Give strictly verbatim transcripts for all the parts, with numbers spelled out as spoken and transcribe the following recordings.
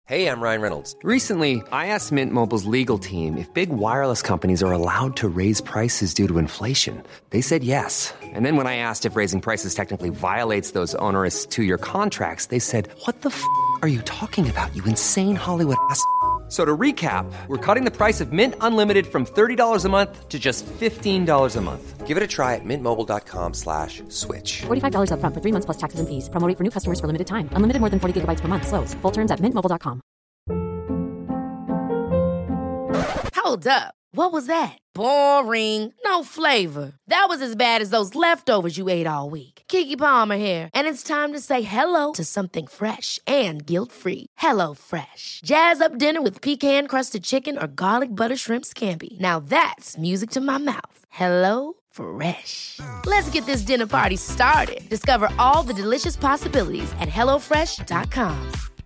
Hey, I'm Ryan Reynolds. Recently, I asked Mint Mobile's legal team if big wireless companies are allowed to raise prices due to inflation. They said yes. And then when I asked if raising prices technically violates those onerous two-year contracts, they said, "What the f*** are you talking about, you insane Hollywood ass?" So to recap, we're cutting the price of Mint Unlimited from thirty dollars a month to just fifteen dollars a month. Give it a try at mintmobile.com slash switch. forty-five dollars up front for three months plus taxes and fees. Promo rate for new customers for limited time. Unlimited more than forty gigabytes per month. Slows full terms at mint mobile dot com. Hold up. What was that? Boring. No flavor. That was as bad as those leftovers you ate all week. Keke Palmer here, and it's time to say hello to something fresh and guilt-free. Hello Fresh. Jazz up dinner with pecan-crusted chicken or garlic butter shrimp scampi. Now that's music to my mouth. Hello Fresh. Let's get this dinner party started. Discover all the delicious possibilities at hello fresh dot com.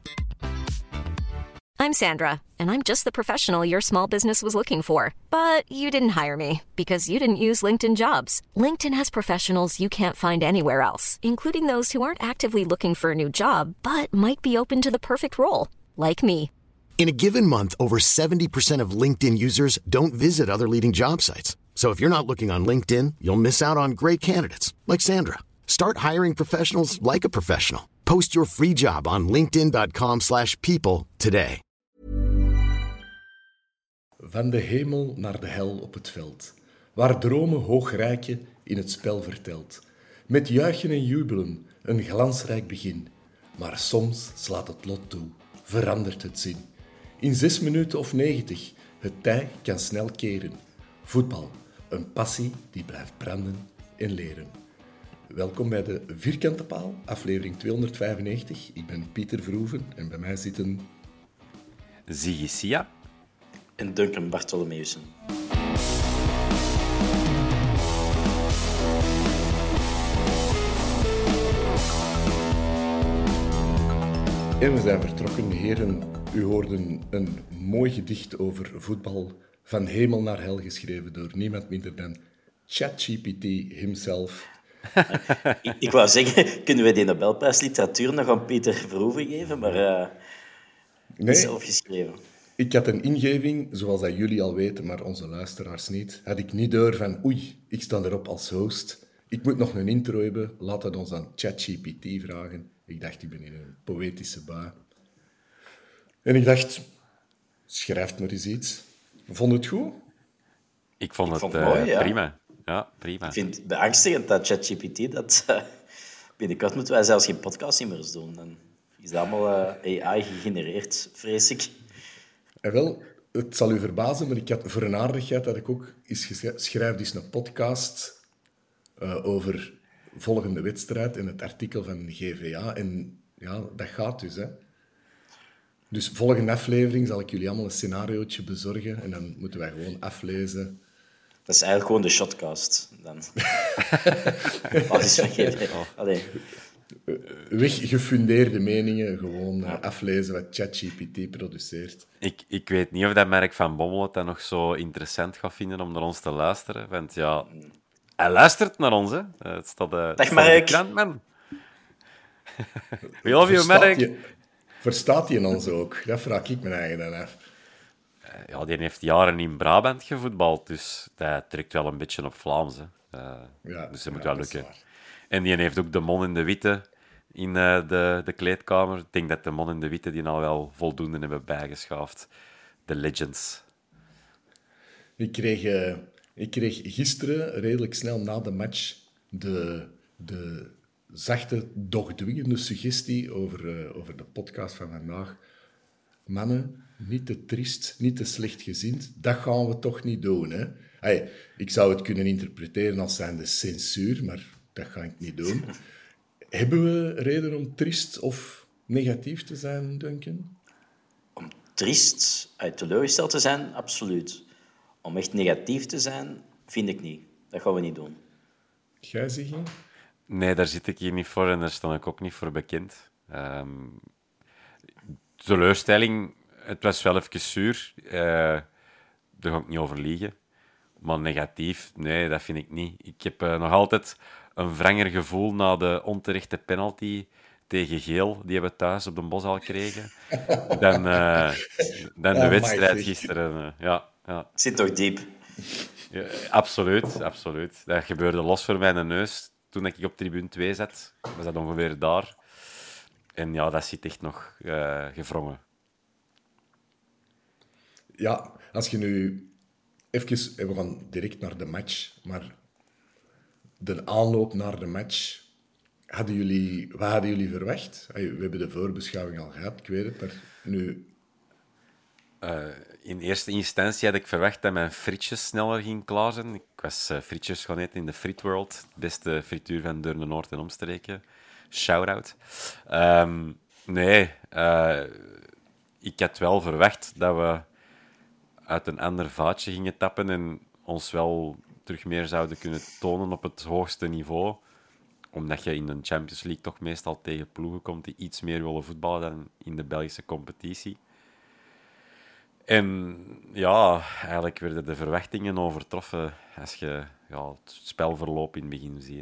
I'm Sandra, and I'm just the professional your small business was looking for. But you didn't hire me because you didn't use LinkedIn Jobs. LinkedIn has professionals you can't find anywhere else, including those who aren't actively looking for a new job, but might be open to the perfect role, like me. In a given month, over seventy percent of LinkedIn users don't visit other leading job sites. So if you're not looking on LinkedIn, you'll miss out on great candidates, like Sandra. Start hiring professionals like a professional. Post your free job on linkedin.com slash people today. Van de hemel naar de hel op het veld, waar dromen hoog rijken in het spel verteld. Met juichen en jubelen, een glansrijk begin. Maar soms slaat het lot toe, verandert het zin. In zes minuten of negentig, het tij kan snel keren. Voetbal, een passie die blijft branden en leren. Welkom bij de Vierkante Paal, aflevering tweehonderdvijfennegentig. Ik ben Pieter Verhoeven en bij mij zitten... Ziggy Sia. En Duncan Bartholomeusen. En we zijn vertrokken, heren. U hoorde een mooi gedicht over voetbal, van hemel naar hel, geschreven door niemand minder dan ChatGPT himself. ik, ik wou zeggen, kunnen we die Nobelprijs literatuur nog aan Pieter Verhoeven geven, maar uh, nee. zelf geschreven. Ik had een ingeving, zoals dat jullie al weten, maar onze luisteraars niet. Had ik niet door van, oei, ik sta erop als host. Ik moet nog een intro hebben, laat het ons aan ChatGPT vragen. Ik dacht, ik ben in een poëtische bui. En ik dacht, schrijf maar eens iets. Vond het goed? Ik vond ik het, vond uh, het mooi, ja. prima. Ja, prima. Ik vind het beangstigend dat ChatGPT dat... Uh, binnenkort moeten wij zelfs geen podcast meer doen. Dan is dat allemaal uh, A I gegenereerd, vrees ik. En wel, het zal u verbazen, maar ik had voor een aardigheid dat ik ook eens geschreven, schrijf dus een podcast uh, over volgende wedstrijd en het artikel van de G V A. En ja, dat gaat dus, hè. Dus volgende aflevering zal ik jullie allemaal een scenariootje bezorgen en dan moeten wij gewoon aflezen. Dat is eigenlijk gewoon de shotcast. Dan. Wat is vergeten? Allee. Weggefundeerde meningen, gewoon uh, aflezen wat ChatGPT produceert. Ik, ik weet niet of dat Merk van Bommel het dan nog zo interessant gaat vinden om naar ons te luisteren. Want ja, hij luistert naar ons, hè. Het staat, uh, Dag Merk. Krant, man. We love you, Merk. Je, verstaat hij ons ook? Dat vraag ik me eigenlijk dan af. Uh, ja, die heeft jaren in Brabant gevoetbald, dus dat trekt wel een beetje op Vlaams, hè. Uh, ja, dus dat moet ja, wel lukken. En die heeft ook de Mon in de Witte in uh, de, de kleedkamer. Ik denk dat de Mon in de Witte die al wel voldoende hebben bijgeschaafd. De Legends. Ik kreeg, uh, ik kreeg gisteren, redelijk snel na de match, de, de zachte, doch dwingende suggestie over, uh, over de podcast van vandaag. Mannen, niet te triest, niet te slechtgezind. Dat gaan we toch niet doen, hè? Hey, ik zou het kunnen interpreteren als zijnde censuur, maar dat ga ik niet doen. Hebben we reden om triest of negatief te zijn, Duncan? Om triest, uit teleurgesteld te zijn, absoluut. Om echt negatief te zijn, vind ik niet. Dat gaan we niet doen. Jij, Ziggy? Nee, daar zit ik hier niet voor en daar sta ik ook niet voor bekend. Um, teleurstelling, het was wel even zuur. Uh, daar ga ik niet over liegen. Maar negatief, nee, dat vind ik niet. Ik heb uh, nog altijd een wranger gevoel na de onterechte penalty tegen Geel, die we thuis op de Boshal kregen, dan, uh, dan de Ja, wedstrijd Mike, gisteren. Uh, ja, ja. Zit toch diep. Ja, absoluut, absoluut. Dat gebeurde los voor mijn neus. Toen ik op tribune twee zat, was dat ongeveer daar. En ja, dat zit echt nog uh, gevrongen. Ja, als je nu even... We gaan direct naar de match, maar de aanloop naar de match... Hadden jullie, wat hadden jullie verwacht? We hebben de voorbeschouwing al gehad, ik weet het, maar nu... Uh, in eerste instantie had ik verwacht dat mijn frietjes sneller ging klaar zijn. Ik was uh, frietjes gaan eten in de Friet World, de beste frituur van Deurne-Noord en omstreken. Shout-out. Um, nee, uh, ik had wel verwacht dat we uit een ander vaatje gingen tappen en ons wel terug meer zouden kunnen tonen op het hoogste niveau. Omdat je in de Champions League toch meestal tegen ploegen komt die iets meer willen voetballen dan in de Belgische competitie. En ja, eigenlijk werden de verwachtingen overtroffen als je ja, het spelverloop in het begin ziet. Hè.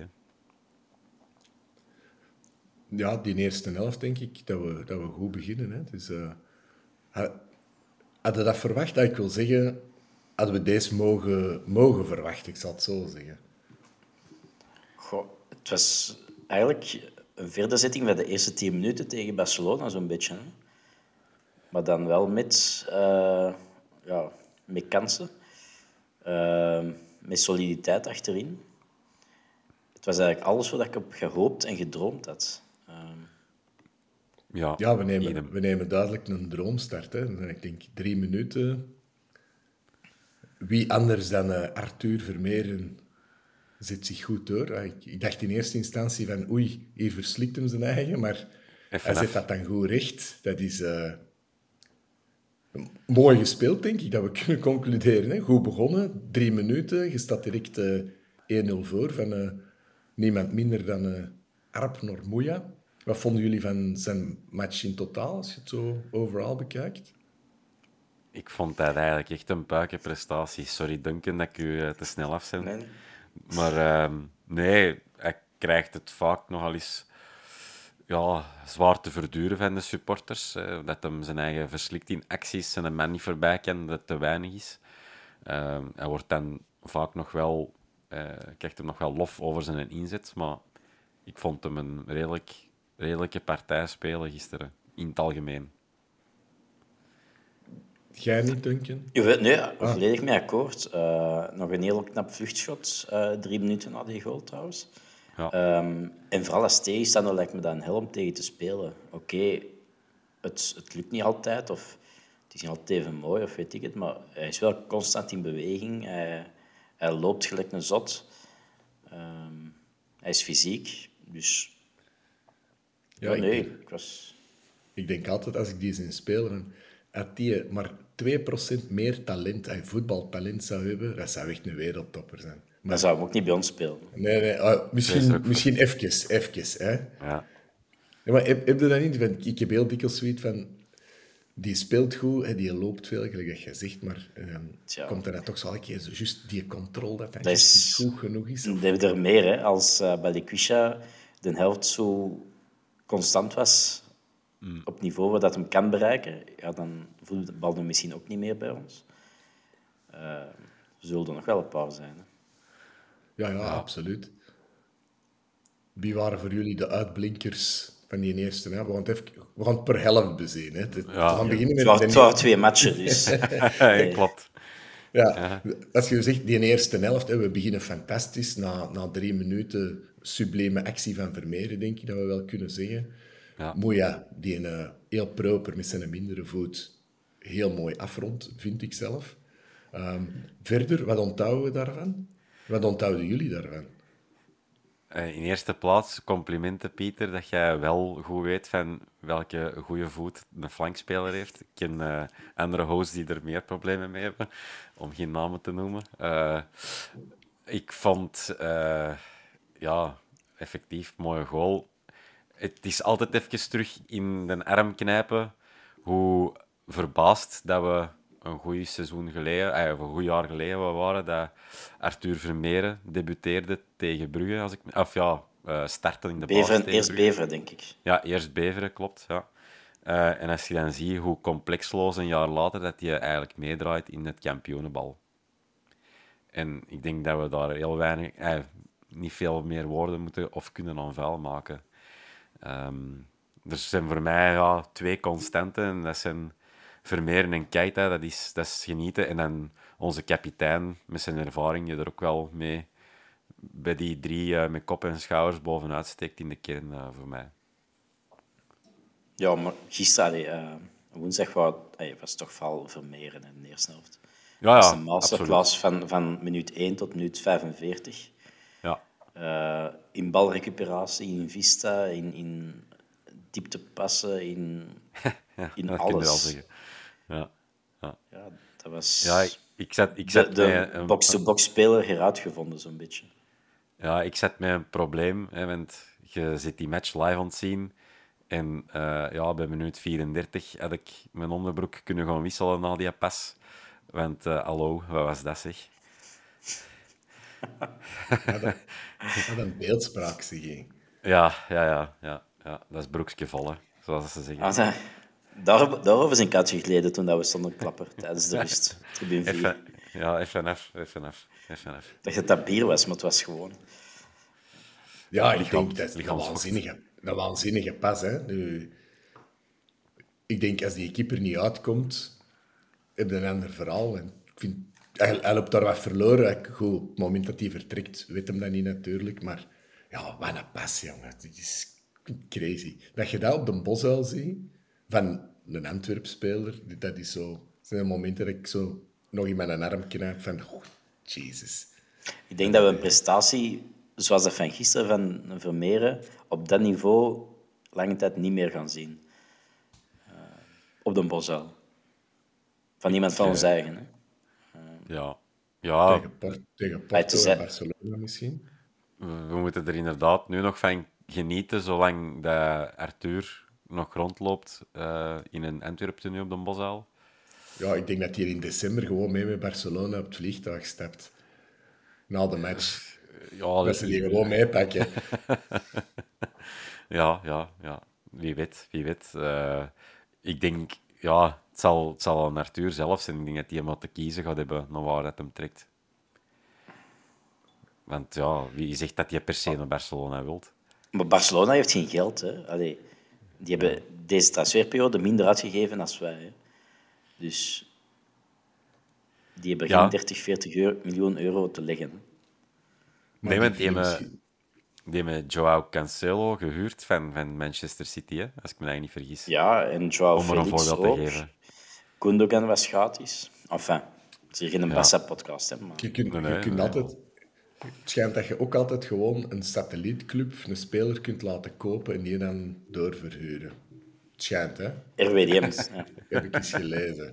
Ja, die eerste helft denk ik dat we, dat we goed beginnen. Hè. Dus, uh, hadden we dat verwacht? Dat ik wil zeggen, hadden we deze mogen, mogen verwachten, ik zal het zo zeggen. Goh, het was eigenlijk een vierde zitting van de eerste tien minuten tegen Barcelona, zo'n beetje. Hè. Maar dan wel met, uh, ja, met kansen, uh, met soliditeit achterin. Het was eigenlijk alles wat ik heb gehoopt en gedroomd had. Uh, ja, ja we, nemen, we nemen duidelijk een droomstart. Hè. Ik denk drie minuten. Wie anders dan uh, Arthur Vermeeren zet zich goed door. Ik, ik dacht in eerste instantie van oei, hier verslikt hem zijn eigen, maar Even hij zet dat dan goed recht. Dat is... Uh, Mooi gespeeld, denk ik, dat we kunnen concluderen. Hè. Goed begonnen, drie minuten. Je staat direct uh, één nul voor van uh, niemand minder dan uh, Arp Normoeja. Wat vonden jullie van zijn match in totaal, als je het zo overal bekijkt? Ik vond dat eigenlijk echt een puikenprestatie. Sorry, Duncan, dat ik u uh, te snel afzend. Nee. Maar uh, nee, hij krijgt het vaak nogal eens... Ja, zwaar te verduren van de supporters. Eh, dat hem zijn eigen verslikt in acties en een man niet voorbij kan, dat het te weinig is. Uh, hij wordt dan vaak nog wel, uh, krijgt hem nog wel lof over zijn inzet, maar ik vond hem een redelijk, redelijke partij spelen gisteren, in het algemeen. Jij niet, Duncan? Nee, ah. volledig mee akkoord. Uh, nog een heel knap vluchtschot, uh, drie minuten na die goal trouwens. Ja. Um, en vooral als tegenstander lijkt me dat een hel om tegen te spelen. Oké, okay, het, het lukt niet altijd, of het is niet altijd even mooi, of weet ik het, maar hij is wel constant in beweging. Hij, hij loopt gelijk een zot. Um, hij is fysiek, dus... Ja, ja nee, ik, ik was... Ik denk altijd, als ik die zie spelen, had die maar twee procent meer talent, voetbaltalent zou hebben, dat zou echt een wereldtopper zijn. Maar dan zou hem ook niet bij ons spelen. Nee, nee. Uh, misschien misschien even, even. Hè? Ja. Ja, maar heb, heb je dat niet? Ik heb heel dikwijls zoiets van... Die speelt goed, hè, die loopt veel, gelijk dat je zegt, maar dan ja. komt er dan toch zo een keer zo juist die controle dat dat, dat is, niet goed genoeg is. Of? Dat er meer, hè. Als uh, bij de Quisha de helft zo constant was, mm. op niveau waar dat hem kan bereiken, ja, dan voelde de bal misschien ook niet meer bij ons. Uh, er zullen er nog wel een paar zijn, hè. Ja, ja, absoluut. Wie waren voor jullie de uitblinkers van die eerste? Hè? We, gaan het even, we gaan het per helft bezien. Hè? Het, ja, we gaan beginnen met... met Het waren twee matchen, dus... ja, klopt. Ja, ja. Als je zegt, die eerste helft, hè, we beginnen fantastisch. Na, na drie minuten sublieme actie van Vermeeren, denk ik dat we wel kunnen zeggen. Ja. Moeja, die een uh, heel proper met zijn mindere voet heel mooi afrondt, vind ik zelf. Um, verder, wat onthouden we daarvan? Wat onthouden jullie daarvan? In eerste plaats complimenten, Pieter, dat jij wel goed weet van welke goede voet een flankspeler heeft. Ik ken uh, andere hosts die er meer problemen mee hebben, om geen namen te noemen. Uh, ik vond, uh, ja, effectief, mooie goal. Het is altijd even terug in de arm knijpen hoe verbaasd dat we een goed seizoen geleden, of een goed jaar geleden waren, dat Arthur Vermeeren debuteerde tegen Brugge. Als ik, of ja, uh, starten in de Beveren, baas. eerst Beveren, denk ik. Ja, eerst Beveren, klopt. Ja. Uh, en als je dan ziet hoe complexloos een jaar later dat je eigenlijk meedraait in het kampioenenbal. En ik denk dat we daar heel weinig, eh, niet veel meer woorden moeten of kunnen aan vuil maken. Um, er zijn voor mij ja, twee constanten. En dat zijn Vermeeren en Keita. Dat is, dat is genieten. En dan onze kapitein met zijn ervaring, die er ook wel mee bij die drie uh, met kop en schouders bovenuit steekt in de kern uh, voor mij. Ja, maar gisteren, uh, woensdag, was het toch vooral Vermeeren in de eerste helft. Ja, ja, dat is een masterclass van, van minuut één tot minuut vijfenveertig. Ja. Uh, in balrecuperatie, in vista, in, in dieptepassen, in, ja, in dat alles. kun je wel zeggen. Ja, ja. ja dat was ja, ik, ik zat, ik zat de, de met, box-to-box speler heruitgevonden, zo'n beetje. Ja, ik zat met een probleem, hè, want je zit die match live aan het zien. En uh, ja, bij minuut vierendertig had ik mijn onderbroek kunnen gaan wisselen na die pas. Want, uh, hallo, wat was dat, zeg? Ja, dat, dat een beeldspraak, zeg je. Ja, ja, ja, ja, ja. Dat is broekje vallen, zoals ze zeggen. Ah, dat, daar, daarover is een katje geleden toen we stonden klappen tijdens de rust. Tribune vier. Even, ja, even af, even af, even af. Dat het dat bier was, maar het was gewoon... Ja, ik Lichaam, denk dat is een waanzinnige, een waanzinnige pas. Hè. Nu, ik denk, als die keeper niet uitkomt, heb je een ander verhaal. En ik vind, hij, hij loopt daar wat verloren. Goed, op het moment dat hij vertrekt, weet hem dat niet natuurlijk. Maar ja, wat een pas, jongen. Het is crazy. Dat je dat op de Bosuil ziet, van een Antwerp-speler, dat is zo... Dat zijn momenten dat ik zo nog in mijn arm knijp van... Oh, Jezus. Ik denk dat we een prestatie, zoals dat van gisteren van Vermeeren, op dat niveau lange tijd niet meer gaan zien. Uh, op de Bosuil. Van iemand van ons eigen. Hè. Uh, ja. ja. Tegen, Port, tegen Porto en Barcelona misschien. We moeten er inderdaad nu nog van genieten, zolang dat Arthur nog rondloopt uh, in een Antwerp-tenue op de Bosuil. Ja, ik denk dat hij in december gewoon mee met Barcelona op het vliegtuig stapt. Na de match. Ja, dat, dat ze die gewoon meepakken. ja, ja, ja. Wie weet, wie weet. Uh, ik denk, ja, het zal, het zal aan Arthur zelf zijn. Ik denk dat hij hem wat te kiezen gaat hebben naar waar het hem trekt. Want ja, wie zegt dat hij per se naar Barcelona wilt? Maar Barcelona heeft geen geld. Hè. Allee, die hebben deze transferperiode minder uitgegeven dan wij. Hè. Dus die hebben ja. geen dertig, veertig euro, miljoen euro te leggen. Hè. Nee, want die hebben, die hebben Joao Cancelo gehuurd van, van Manchester City, hè, als ik me eigenlijk niet vergis. Ja, en Joao Om er een Felix voorbeeld ook. te geven. Gundogan was gratis. Enfin, het is hier geen ja. Barça-podcast. Hè, maar... Je kunt, nee, nee, je kunt nee. altijd... Het schijnt dat je ook altijd gewoon een satellietclub, een speler kunt laten kopen en die dan doorverhuren. Het schijnt, hè? R W D M's. Ja. Heb ik eens gelezen.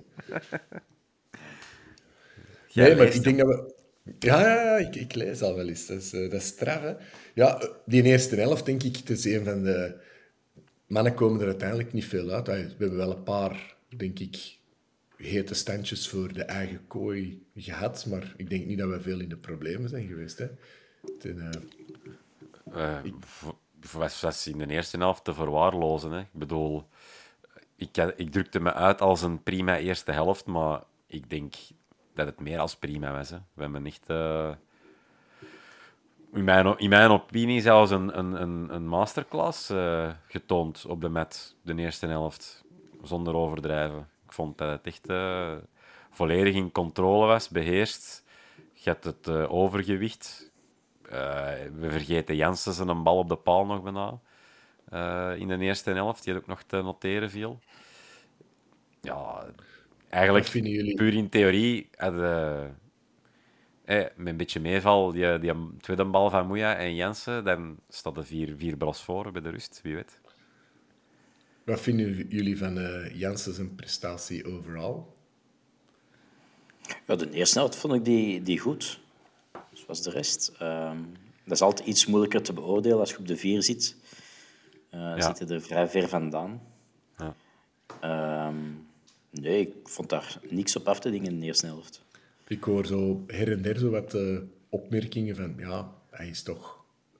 Nee, maar ik denk dat we... Ja, ja, ja ik, ik lees al wel eens. Dat is, uh, dat is straf, hè? Ja, die eerste helft, denk ik, het is een van de... Mannen komen er uiteindelijk niet veel uit. We hebben wel een paar, denk ik, hete standjes voor de eigen kooi gehad, maar ik denk niet dat we veel in de problemen zijn geweest. Hè. Ten, uh... Uh, ik... was, was in de eerste helft te verwaarlozen. Hè. Ik bedoel, ik, ik drukte me uit als een prima eerste helft, maar ik denk dat het meer als prima was. Hè. We hebben echt, uh... in, mijn, in mijn opinie, zelfs een, een, een, een masterclass uh, getoond op de mat, de eerste helft, zonder overdrijven. Ik vond dat het echt uh, volledig in controle was, beheerst. Je hebt het uh, overgewicht. Uh, we vergeten Janssen zijn een bal op de paal nog bijna. Uh, in de eerste helft, die had ook nog te noteren viel. Ja, eigenlijk puur in theorie hadden... Eh, met een beetje meeval, die, die tweede bal van Moeja en Janssen, dan staat er vier, vier bras voor bij de rust, wie weet. Wat vinden jullie van uh, Janssen zijn prestatie overal? Ja, de eerste helft vond ik die, die goed. Zoals de rest. Um, dat is altijd iets moeilijker te beoordelen als je op de vier zit. Uh, ja. Zitten er vrij ver vandaan. Ja. Um, nee, ik vond daar niks op af te dingen in de eerste helft. Ik hoor zo her en der zo wat uh, opmerkingen van... Ja, hij is toch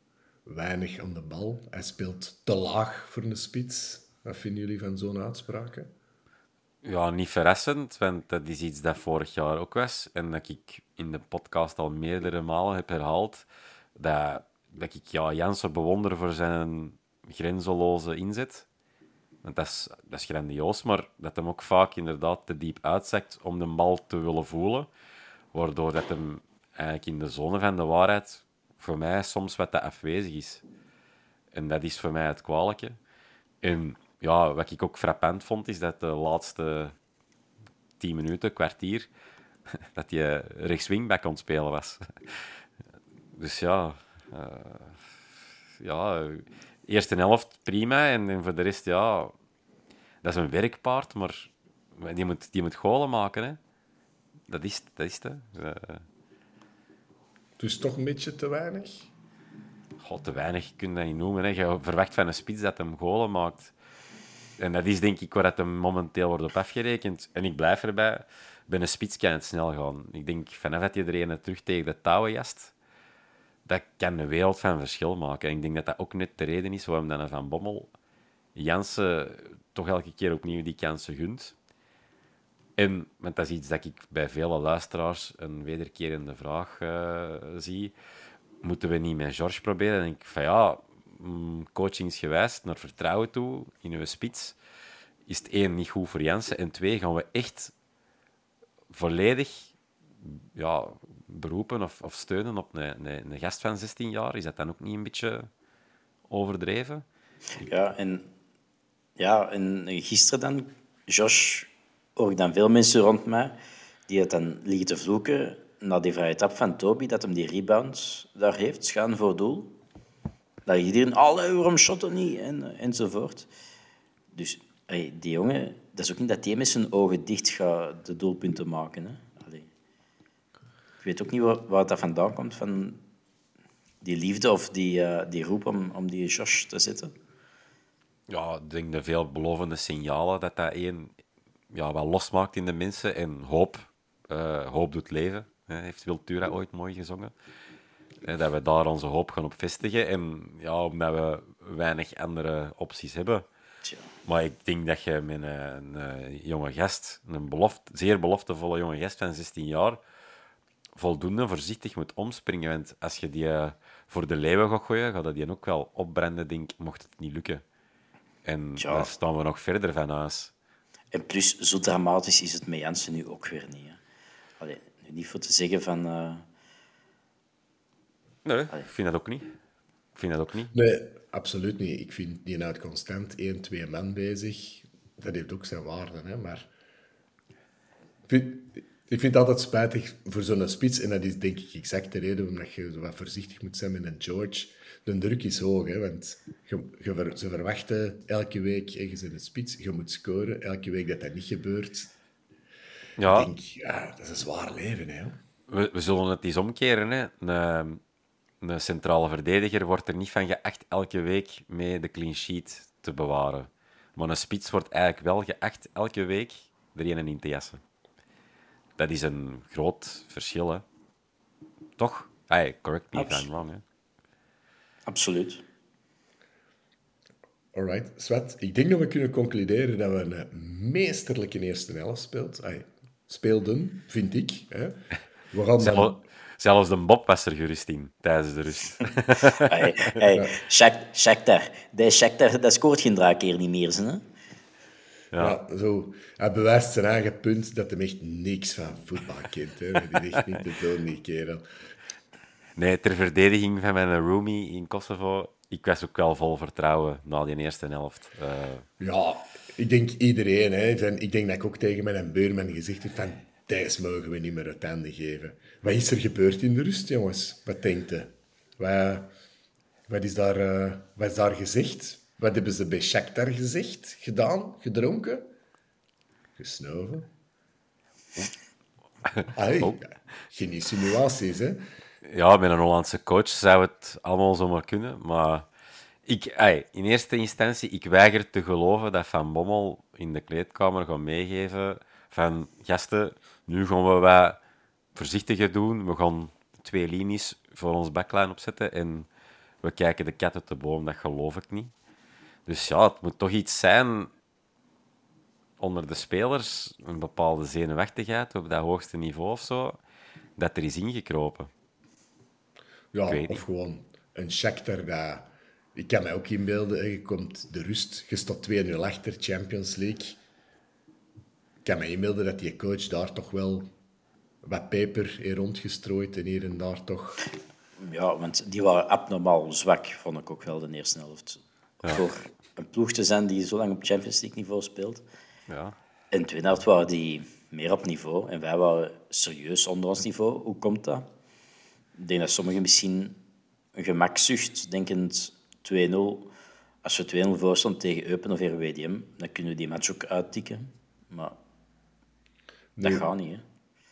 weinig aan de bal. Hij speelt te laag voor een spits. Wat vinden jullie van zo'n uitspraken? Ja, niet verrassend, want dat is iets dat vorig jaar ook was. En dat ik in de podcast al meerdere malen heb herhaald. Dat, dat ik ja, Jansen bewonder voor zijn grenzeloze inzet. Want dat is, dat is grandioos, maar dat hem ook vaak inderdaad te diep uitzakt om de bal te willen voelen. Waardoor dat hem eigenlijk in de zone van de waarheid voor mij soms wat te afwezig is. En dat is voor mij het kwalijke. En ja, wat ik ook frappant vond, is dat de laatste tien minuten, kwartier, dat hij rechtswingback aan het spelen was. Dus ja, uh, ja, eerste helft prima en, en voor de rest, ja, dat is een werkpaard, maar die moet, die moet goalen maken, hè. Dat is, dat is het, hè. Uh, Dus toch een beetje te weinig? God, te weinig kun je dat niet noemen, hè. Je verwacht van een spits dat hem goalen maakt. En dat is denk ik waar het hem momenteel wordt op afgerekend. En ik blijf erbij, bij een spits kan het snel gaan. Ik denk, vanaf dat je er een terug tegen de touwen jast, dat kan een wereld van verschil maken. En ik denk dat dat ook net de reden is waarom dan Van Bommel Jansen toch elke keer opnieuw die kansen gunt. En, want dat is iets dat ik bij vele luisteraars een wederkerende vraag uh, zie. Moeten we niet met George proberen? Dan denk ik van ja, coachingsgewijs naar vertrouwen toe in uw spits is het één niet goed voor Jansen en twee gaan we echt volledig ja, beroepen of, of steunen op een, een, een gast van zestien jaar. Is dat dan ook niet een beetje overdreven? Ja, en, ja, en gisteren dan, Josh, hoor ik dan veel mensen rond mij die het dan liggen te vloeken na die vrije trap van Toby, dat hem die rebound daar heeft, schuin voor doel. Dat iedereen, alle waarom shotten niet, en, enzovoort. Dus hey, die jongen, dat is ook niet dat die met zijn ogen dicht gaat de doelpunten maken. Hè? Allee. Ik weet ook niet waar, waar dat vandaan komt, van die liefde of die, uh, die roep om, om die Josh te zetten. Ja, ik denk de veelbelovende signalen dat dat één ja, wel losmaakt in de mensen en hoop, uh, hoop doet leven. Hè, heeft Wiltura ooit mooi gezongen. Hè, dat we daar onze hoop gaan op vestigen. En ja, omdat we weinig andere opties hebben. Tja. Maar ik denk dat je met een, een jonge gast, een beloft, zeer beloftevolle jonge gast van zestien jaar, voldoende voorzichtig moet omspringen. Want als je die uh, voor de leeuwen gaat gooien, gaat dat die ook wel opbranden, denk, mocht het niet lukken. En Tja. daar staan we nog verder van huis. En plus, zo dramatisch is het met Jansen nu ook weer niet. Hè. Allee, niet voor te zeggen van... Uh... Nee, Allee. ik vind dat ook niet. Ik vind dat ook niet. Nee, absoluut niet. Ik vind die nou constant één, twee man bezig. Dat heeft ook zijn waarde, hè. Maar ik vind, ik vind het altijd spijtig voor zo'n spits. En dat is denk ik exact de reden waarom je wat voorzichtig moet zijn met een George. De druk is hoog, hè, want je, je, ze verwachten elke week, je bent een spits, je moet scoren. Elke week dat dat niet gebeurt, ja. ik denk ja, dat is een zwaar leven. Hè. We, we zullen het eens omkeren. Hè. Een, een centrale verdediger wordt er niet van geacht elke week mee de clean sheet te bewaren. Maar een spits wordt eigenlijk wel geacht elke week er een in te jassen. Dat is een groot verschil, hè. Toch? Hey, correct me if I'm wrong, hè. Absoluut. Alright, Swat. Ik denk dat we kunnen concluderen dat we een meesterlijke eerste helft speelt. Ay, speelden, vind ik. Hè. We gaan Zelf, dan... Zelfs de Bob was er gerust in, tijdens de rust. Hey, hey, Shak- Shakhtar. Die Shakhtar, dat scoort geen draak keer niet meer, hè? Ja. Ja, zo. Hij bewijst zijn eigen punt dat hij echt niks van voetbal kent. Hè. Dat is echt niet te doen, die kerel. Nee, ter verdediging van mijn roomie in Kosovo, ik was ook wel vol vertrouwen na die eerste helft. Uh... Ja, ik denk iedereen. Hè. Ik denk dat ik ook tegen mijn buurman gezegd heb van deze mogen we niet meer uit handen geven. Wat is er gebeurd in de rust, jongens? Wat denkt u? Wat, wat, is daar, uh, wat is daar gezegd? Wat hebben ze bij Shakhtar gezegd? Gedaan? Gedronken? Gesnoven? Allee, Oh. geen insinuaties, hè? Ja, met een Hollandse coach zou het allemaal zomaar kunnen. Maar ik, ey, in eerste instantie, ik weiger te geloven dat Van Bommel in de kleedkamer gaat meegeven van gasten, nu gaan we wat voorzichtiger doen. We gaan twee linies voor ons backline opzetten en we kijken de kat uit de boom, dat geloof ik niet. Dus ja, het moet toch iets zijn onder de spelers, een bepaalde zenuwachtigheid op dat hoogste niveau of zo, dat er is ingekropen. Ja, weet of niet. gewoon een Shakhtar dat... Ik kan mij ook inbeelden, hè, je komt de rust, je staat twee nul achter, Champions League. Ik kan me inbeelden dat die coach daar toch wel wat peper heeft rondgestrooid en hier en daar toch... Ja, want die waren abnormaal zwak, vond ik ook wel, de eerste helft. Ja. Voor een ploeg te zijn die zo lang op Champions League niveau speelt. Ja. In de tweede helft waren die meer op niveau. En wij waren serieus onder ons niveau. Hoe komt dat? Ik denk dat sommigen misschien een gemakzucht, denkend twee nul. Als we twee nul voor staan tegen Eupen of R W D M, dan kunnen we die match ook uittikken. Maar dat Nee. gaat niet, hè.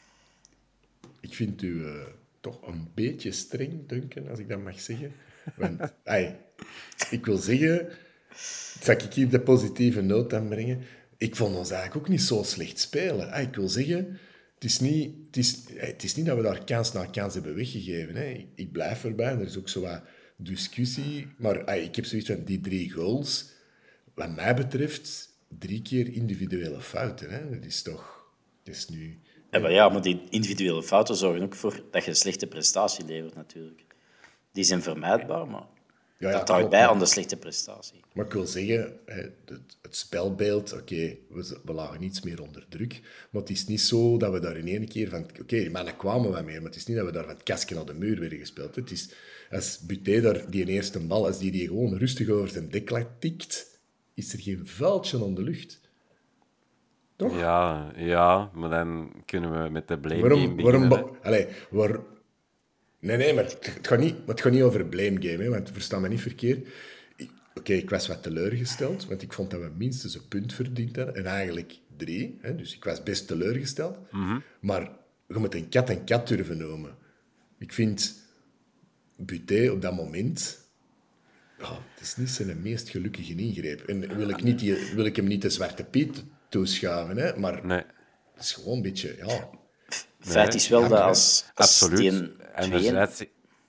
Ik vind u uh, toch een beetje streng, Duncan, als ik dat mag zeggen. Want, ai, ik wil zeggen, zal ik hier de positieve noot aanbrengen? Ik vond ons eigenlijk ook niet zo slecht spelen. Ai, ik wil zeggen, het is, niet, het, is, het is niet dat we daar kans na kans hebben weggegeven. Hè. Ik, ik blijf erbij, er is ook zo wat discussie. Maar ai, ik heb zoiets van, die drie goals, wat mij betreft, drie keer individuele fouten. Hè. Dat is toch... Dat is nu... Ja, maar ja, maar die individuele fouten zorgen ook voor dat je een slechte prestatie levert, natuurlijk. Die zijn vermijdbaar, maar Ja, ja, dat draagt klopt, bij maar- aan de slechte prestatie. Maar ik wil zeggen, hè, het, het spelbeeld, oké, we, we lagen iets meer onder druk, maar het is niet zo dat we daar in één keer van... Oké, die mannen kwamen wat meer, maar het is niet dat we daar van het kastje naar de muur werden gespeeld. Het is, als Buté daar die eerste bal, als die die gewoon rustig over zijn deklat tikt, is er geen vuiltje aan de lucht. Toch? Ja, ja, maar dan kunnen we met de blame game Waarom... waarom beginnen. ba- Allee, waar... Nee, nee, maar het, het, gaat niet, maar het gaat niet over een blame game, hè, want versta me niet verkeerd. Ik- Oké, ik was wat teleurgesteld, want ik vond dat we minstens een punt verdiend hadden. En eigenlijk drie, hè, dus ik was best teleurgesteld. Maar je moet een kat een kat durven noemen. Ik vind Buté op dat moment... Ja, het is niet zijn meest gelukkige ingreep. En wil ik, niet die, wil ik hem niet de Zwarte Piet toeschuiven, hè, maar Nee, het is gewoon een beetje... Ja, Feit is wel ja, dat maar- als, als absoluut. die een En tweeën- anderzijds...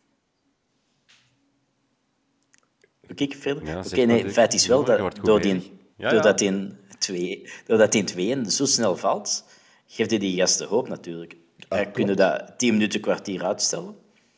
Kijk verder. Ja, Oké, zeg maar, nee, zeg. feit is wel Je dat wordt goed door bezig. die, Ja, doordat ja. die een twee, doordat die in tweeën zo snel valt, geeft hij die gasten hoop natuurlijk. Ah, Uh, kunnen dat tien minuten, kwartier uitstellen,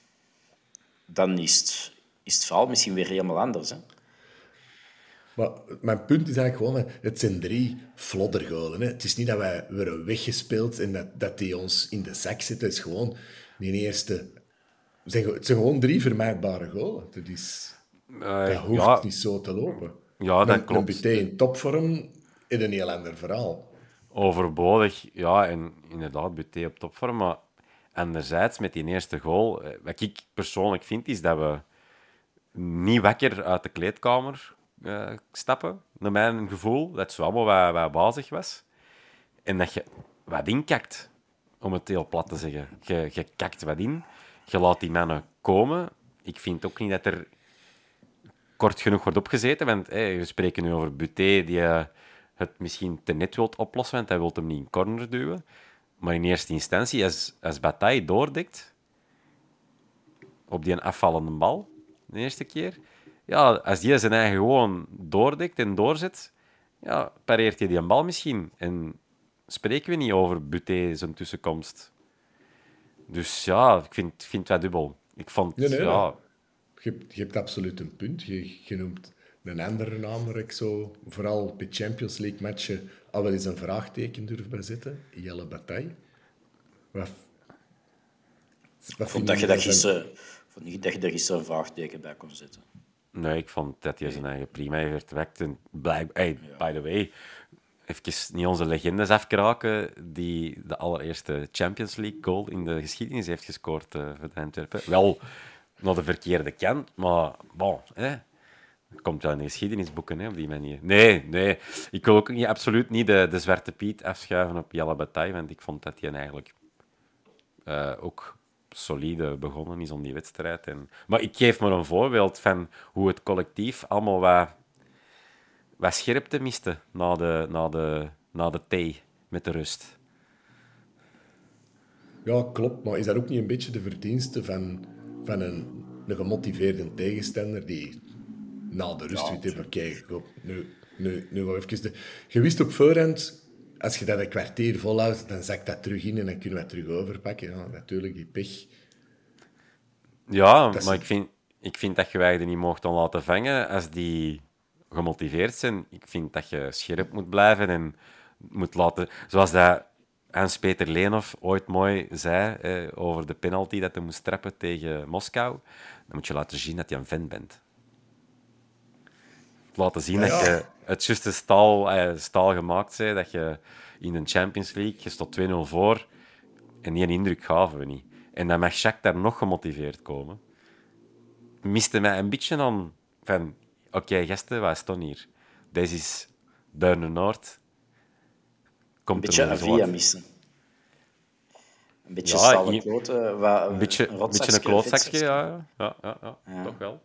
dan is het, is het verhaal misschien weer helemaal anders. Hè? Maar mijn punt is eigenlijk gewoon, het zijn drie floddergolen. Hè. Het is niet dat wij worden weggespeeld en dat, dat die ons in de zak zitten. Het is gewoon die eerste... Het zijn, het zijn gewoon drie vermijdbare golen. Dat, is, Eh, dat hoeft ja, niet zo te lopen. Ja, dat Met- klopt. Met Buté in topvorm is een heel ander verhaal. overbodig. Ja, en inderdaad, Buté op topvorm. Maar anderzijds, met die eerste goal, eh, wat ik persoonlijk vind, is dat we niet wakker uit de kleedkamer eh, stappen, naar mijn gevoel. Dat het zo allemaal wat, wat bazig was. En dat je wat inkakt, om het heel plat te zeggen. Je, je kakt wat in, je laat die mannen komen. Ik vind ook niet dat er kort genoeg wordt opgezeten, want hey, we spreken nu over Buté, die eh, het misschien te net wilt oplossen, want hij wil hem niet in corner duwen. Maar in eerste instantie, als, als Bataille doordekt op die afvallende bal, de eerste keer, ja, als die zijn eigen gewoon doordekt en doorzet, ja, pareert hij die een bal misschien. En spreken we niet over Buté zijn tussenkomst. Dus ja, ik vind, ik vind het wel dubbel. Ik vond, Nee, nee, ja... nee. Je, hebt- je hebt absoluut een punt. Je, je noemt een andere naam waar ik zo, vooral bij Champions League matchen, al wel eens een vraagteken durf bij zetten. Jelle Bataille. Wat, wat Ik vond vind dat je, van dat, zijn- gisteren, vond niet dat je daar gisteren een vraagteken bij kon zetten. Nee, ik vond dat hij zijn eigen prima heeft verwekt. En blijk... hey, by the way, even niet onze legendes afkraken, die de allereerste Champions League goal in de geschiedenis heeft gescoord uh, voor de Antwerpen. Wel naar de verkeerde kant, maar bon, hè. Dat komt wel in de geschiedenisboeken hè, op die manier. Nee, nee. Ik wil ook niet, absoluut niet de, de Zwarte Piet afschuiven op Jelle Bataille, want ik vond dat hij eigenlijk uh, ook solide begonnen is om die wedstrijd. En... Maar ik geef maar een voorbeeld van hoe het collectief allemaal wat, wat scherpte miste na de, na, de, na de thee met de rust. Ja, klopt. Maar is dat ook niet een beetje de verdienste van, van een een gemotiveerde tegenstander die na de rust weet even kijken. Nu, nu, nu gaan we even... De... Je wist op voorhand, als je dat een kwartier volhoudt, dan zakt dat terug in en dan kunnen we het terug overpakken. Ja, natuurlijk, die pech. Ja, Dat maar is... ik vind, ik vind dat je er niet mocht aan laten vangen als die gemotiveerd zijn. Ik vind dat je scherp moet blijven en moet laten... Zoals dat Hans-Peter Leenhoff ooit mooi zei eh, over de penalty dat hij moest trappen tegen Moskou. Dan moet je laten zien dat je een vent bent. Laten zien Ja. dat je het juiste staal, eh, staal gemaakt bent, dat je in de Champions League, je stond twee nul voor en die indruk gaven we niet. En dan mag Jacques daar nog gemotiveerd komen. Het miste mij een beetje aan van, oké, okay, gasten, wij staan hier. Deze is Deurne-Noord. Een beetje Avia missen. Een beetje ja, stalen je... kloten. Wat, een beetje een, beetje een klootzakje, ja. Ja, ja, ja, ja. Toch wel.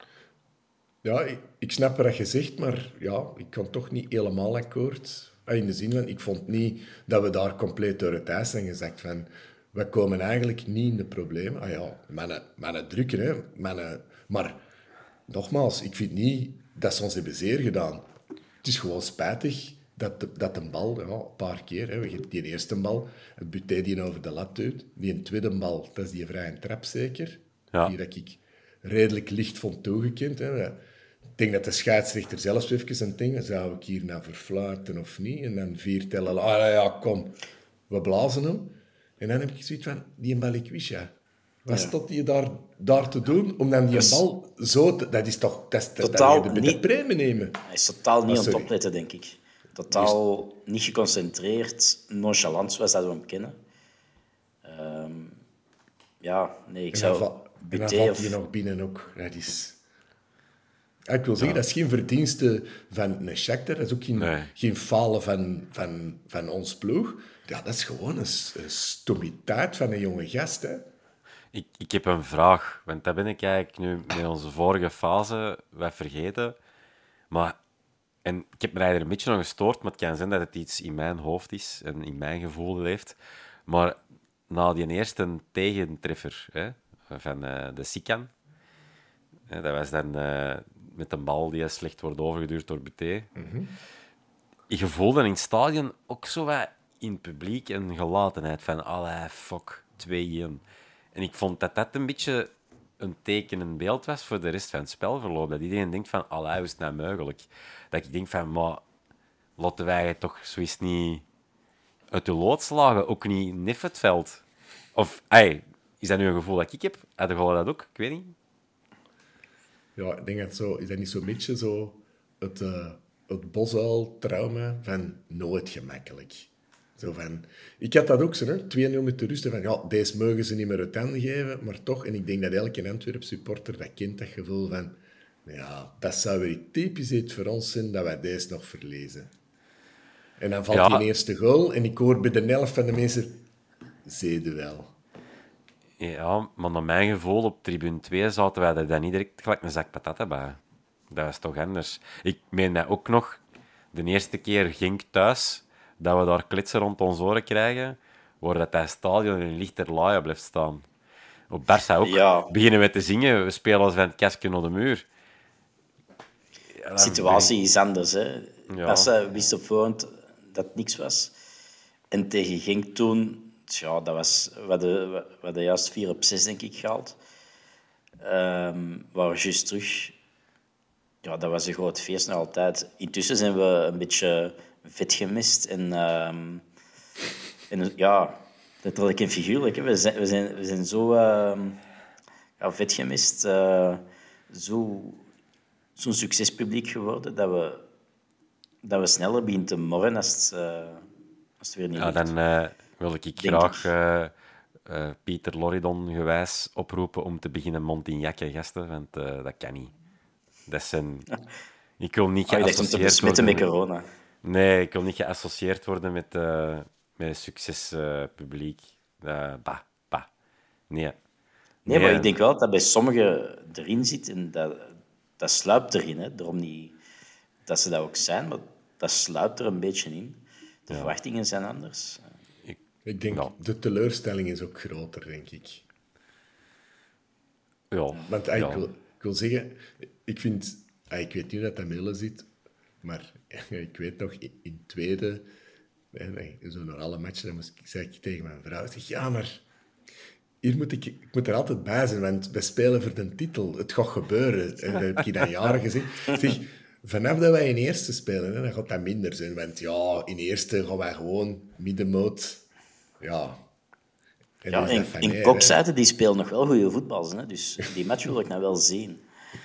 Ja, ik, ik snap wat je zegt, maar ja, ik kan toch niet helemaal akkoord. In de zin van, ik vond niet dat we daar compleet door het ijs zijn gezakt van... We komen eigenlijk niet in de problemen. Ah ja, mannen, mannen drukken, hè. Mannen, maar nogmaals, ik vind niet dat ze ons hebben zeer gedaan. Het is gewoon spijtig dat de, dat een bal, ja, een paar keer, hè, die eerste bal, het Buté die over de lat duwt. Die tweede bal, dat is die vrije trap zeker. Ja. Die dat ik redelijk licht vond toegekend. Hè. Ik denk dat de scheidsrechter zelfs even aan denken, zou ik hier nou verfluiten of niet? En dan vier tellen, ah ja, kom, we blazen hem. En dan heb ik zoiets van, die bal ik wist, ja. Wat Ja. stond je daar, daar te doen? Om dan die Dus bal zo te... Dat is toch... Dat is, totaal dat je de niet- premie nemen. Hij is totaal niet Ah, aan het sorry. opletten, denk ik. Totaal niet geconcentreerd, nonchalant, zoals dat we hem kennen. Ehm, ja, nee, ik En dan, zou... va- en dan Buté valt of... hij nog binnen ook. Dat is... Ja, ik wil zeggen, dat is geen verdienste van een Shakhtar. Dat is ook geen, Nee. geen falen van, van, van ons ploeg. Ja, dat is gewoon een, s- een stomiteit van een jonge gast, hè. Ik, ik heb een vraag, want dat ben ik eigenlijk nu met onze vorige fase wat vergeten. Maar, en ik heb me er een beetje aan gestoord, maar het kan zijn dat het iets in mijn hoofd is en in mijn gevoel leeft. Maar na die eerste tegentreffer hè, van uh, de Sikan, hè, dat was dan uh, met een bal die slecht wordt overgeduwd door Buté. Mm-hmm. Je voelde in het stadion ook zo wat in het publiek een gelatenheid van allee, fuck, twee-een. En ik vond dat dat een beetje een tekenend beeld was voor de rest van het spelverloop. Dat iedereen denkt van, allee, hoe is het nou mogelijk? Dat ik denk van, maar laten wij het toch zoiets niet uit de lood slagen? Ook niet in het veld. Of, ey, is dat nu een gevoel dat ik heb? Hadden jullie dat ook? Ik weet niet. Ja, ik denk dat zo... Is dat niet zo'n beetje zo... Het, uh, het bosuil-trauma van nooit gemakkelijk. Zo van... Ik had dat ook zo, hè. twee nul met de rust. Van, ja, deze mogen ze niet meer uit handen geven, maar toch... En ik denk dat elke Antwerp-supporter dat kent, dat gevoel van... Ja, dat zou weer typisch iets voor ons zijn, dat wij deze nog verliezen. En dan valt Ja. die eerste goal en ik hoor bij de helft van de mensen... Zeden wel. Ja, maar naar mijn gevoel, op tribune twee zaten wij er dan niet direct gelijk een zak patat bij. Dat is toch anders. Ik meen dat ook nog, de eerste keer Genk thuis, dat we daar klitsen rond ons oren krijgen, waar dat, dat stadion in lichter laaien blijft staan. Op Barça ook. Ja. Beginnen we te zingen, we spelen als van het kastje naar de muur. Ja, De dan situatie is anders. Hè. Ja. Barça wist op voorhand dat het niks was. En tegen Genk toen... Ja, dat was... We hadden, we hadden juist vier op zes, denk ik, gehaald. Um, we waren juist terug. Ja, dat was een groot feest nog altijd. Intussen zijn we een beetje vet gemist. En, um, en ja, letterlijk en figuurlijk. Hè. We, zijn, we, zijn, we zijn zo uh, ja, vet gemist. Uh, zo, zo'n succespubliek geworden dat we, dat we sneller beginnen te morren als het, uh, als het weer niet Ja, lukt. dan uh, wil ik Denk graag ik. uh, uh, Pieter Loridon gewijs oproepen om te beginnen Montignac, gasten, want uh, dat kan niet. Dat zijn... Ik wil niet Oh, je dacht om te geassocieerd besmetten worden... met corona. Nee, ik wil niet geassocieerd worden met, uh, met een succespubliek. Uh, bah, bah. Nee. Nee, maar ik denk wel dat bij sommigen erin zit en dat, dat sluipt erin. Hè. Daarom niet dat ze dat ook zijn, maar dat sluipt er een beetje in. De Ja. verwachtingen zijn anders. Ik denk, Ja. de teleurstelling is ook groter, denk ik. Ja. Want ah, ja. ik, wil, ik wil zeggen, ik vind... Ah, ik weet niet hoe dat dat Melle zit, maar ik weet nog, in, in tweede... Zo naar alle matchen, dan moest ik, zei ik tegen mijn vrouw, zeg, ja, maar... Hier moet ik, ik moet er altijd bij zijn, want we spelen voor de titel. Het gaat gebeuren. En dat heb ik dan jaren gezien. Zeg, vanaf dat wij in eerste spelen, hè, dan gaat dat minder zijn. Want ja, in eerste gaan wij gewoon middenmoot... Ja... En Ja, in, in Koksuiten, die spelen nog wel goede voetbal. Hè? Dus die match wil ik nou wel zien.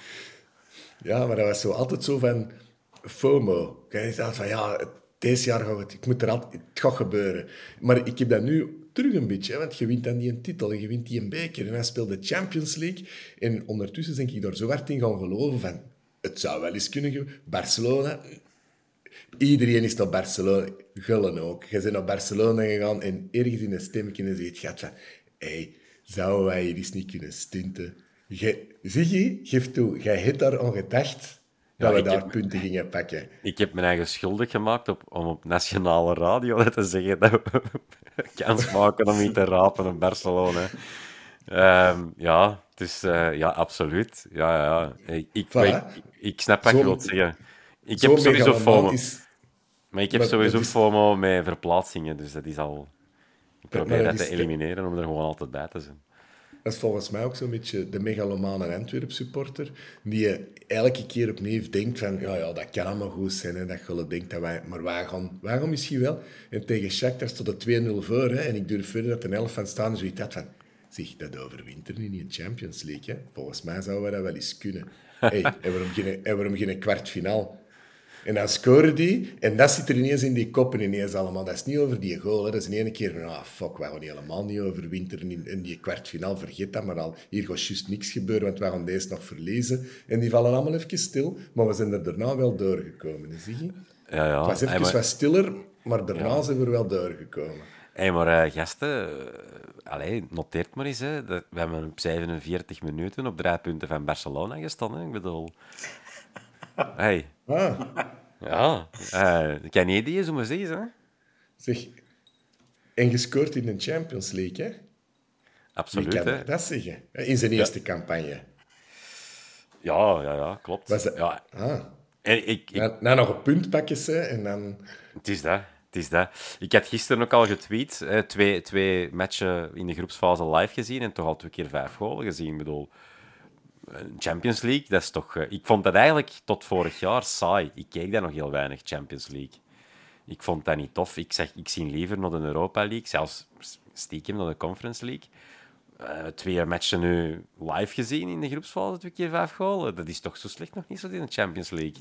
Ja, maar dat was zo altijd zo van FOMO. Je dacht van, ja, deze jaar gaat het... Ik moet er altijd... Het gaat gebeuren. Maar ik heb dat nu terug een beetje, hè, want je wint dan die een titel en je wint die een beker. En hij speelt de Champions League. En ondertussen denk ik daar zo hard in gaan geloven van... Het zou wel eens kunnen gebeuren. Barcelona... Iedereen is naar Barcelona. Gullen ook. Je bent naar Barcelona gegaan en ergens in een stemmetje in het gaat van... Hé, hey, zouden wij hier eens niet kunnen stunten? Zie je, geef toe, jij hebt daar aan gedacht dat Ja, we ik daar heb- punten gingen pakken. Ik heb mijn eigen schuldig gemaakt op, om op nationale radio te zeggen dat we kans maken om iets te rapen in Barcelona. Ehm, ja, dus uh, ja, absoluut. Ja, ja. Ik, ik, Voilà. ik, ik snap wat Zo- je wilt zeggen. Ik Zo heb sowieso FOMO. megalomanisch- Maar ik heb Maar sowieso dat is- FOMO met verplaatsingen, dus dat is al... Ik probeer maar dat dat te is- elimineren om er gewoon altijd bij te zijn. Dat is volgens mij ook zo'n beetje de megalomane Antwerp-supporter, die je elke keer opnieuw denkt van, ja, ja, dat kan allemaal goed zijn, hè, dat je denkt dat wij... Maar wij gaan, wij gaan misschien wel. En tegen Shakhtar stond het twee nul voor, hè, en ik durf verder dat een elf van staan, dus ik dacht van, zeg, dat overwint er niet in de Champions League, hè. Volgens mij zouden we dat wel eens kunnen. Hey, en waarom geen, en waarom geen kwartfinaal? En dan scoren die, en dat zit er ineens in die koppen ineens allemaal. Dat is niet over die goal, hè. Dat is in één keer van, ah, fuck, wij gaan helemaal niet overwinteren in, in die kwartfinaal. Vergeet dat maar al. Hier gaat juist niks gebeuren, want wij gaan deze nog verliezen. En die vallen allemaal even stil, maar we zijn er daarna wel doorgekomen, hè, zie je? Ja, ja. Het was even Hey, maar- wat stiller, maar daarna zijn we er wel doorgekomen. Hé, maar uh, gasten, uh, allee, noteert maar eens. Hè, dat we hebben op zevenenveertig minuten op drie punten van Barcelona gestaan. Hè. Ik bedoel... Hey. Ah, Ja, uh, Canadië, zo maar zeggen. Hè. zeg... En gescoord in de Champions League, hè? Wie Absoluut. kan Hè. dat zeggen? In zijn eerste campagne. Ja, ja, ja, klopt. Was dat... Ja, Ah. en ik, ik, Na, na nog een punt pakken ze en dan... het is dat. Het is dat. Ik had gisteren ook al getweet. Hè, twee, twee matchen in de groepsfase live gezien en toch al twee keer vijf golen gezien. Ik bedoel, Champions League, dat is toch... Uh, ik vond dat eigenlijk tot vorig jaar saai. Ik keek daar nog heel weinig, Champions League. Ik vond dat niet tof. Ik zeg, ik zie liever naar de Europa League, zelfs stiekem naar de Conference League. Uh, twee matchen nu live gezien in de groepsfase, twee keer vijf golen. Dat is toch zo slecht nog niet zo in de Champions League.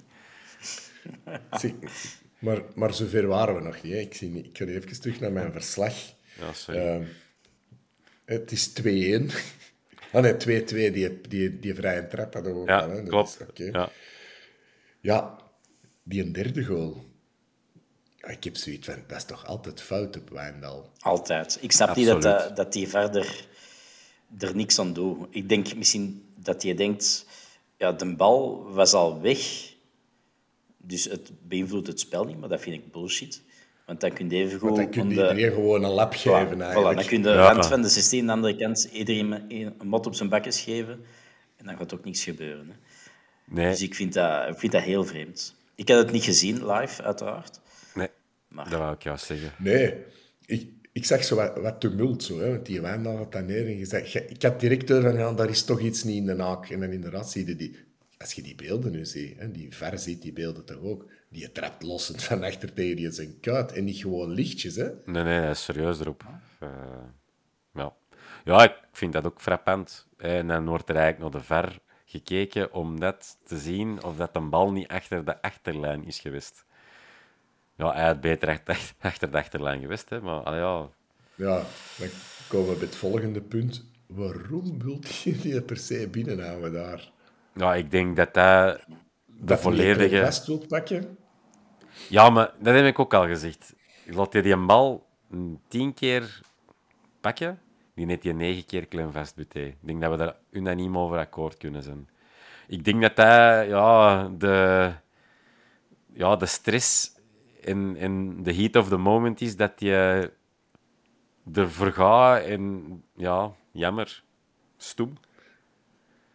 Zie, maar, maar zover waren we nog niet. Hè. Ik, zie niet. Ik ga even terug naar mijn verslag. Ja, sorry. Uh, het is twee-één. Ah nee, twee-twee, die, die, die vrije trap hadden we ook Ja, al. Hè. Dat klopt. is okay. Ja. Ja, die een derde goal. Ja, ik heb zoiets van, dat is toch altijd fout op Wijndal. Altijd. Ik snap niet dat, Absoluut. dat, dat die verder er niks aan doet. Ik denk misschien dat je denkt... Ja, de bal was al weg. Dus het beïnvloedt het spel niet, maar dat vind ik bullshit. Want dan kun je even Want goed... dan kun om je de- iedereen gewoon een lap geven, Voilà, eigenlijk. voilà, dan kun je de Ja. rand van de zestien aan de andere kant iedereen een, een mot op zijn bakjes geven. En dan gaat ook niks gebeuren. Hè. Nee, Dus ik vind, dat, ik vind dat heel vreemd. Ik had het niet gezien, live, uiteraard. nee, Maar- dat wou ik juist zeggen. Nee, ik, ik zag zo wat, wat tumult, zo, hè, want die Wijndal had dat neer en gezegd... Ik had direct door van, ja, daar is toch iets niet in de naak. En dan inderdaad zie je die... Als je die beelden nu ziet, hè, die ver ziet die beelden toch ook, die trapt lossend van achter tegen die zijn kuit. En niet gewoon lichtjes, hè. Nee, nee, dat is serieus erop. Uh, ja. ja, ik vind dat ook frappant. En dan wordt er eigenlijk naar de ver gekeken om net te zien of dat een bal niet achter de achterlijn is geweest. Ja, hij had beter achter, achter de achterlijn geweest, hè, maar allee, ja... Ja, dan komen we bij het volgende punt. Waarom wil je die per se binnenhouden daar? Ja, ik denk dat dat de Dat je die volledige... vast wilt pakken? Ja, maar dat heb ik ook al gezegd. Laat je die een bal tien keer pakken, die net je negen keer klem vast buté. Ik denk dat we daar unaniem over akkoord kunnen zijn. Ik denk dat dat ja, de, ja, de stress en, en de heat of the moment is dat je ervoor gaat en ja, jammer, stoem.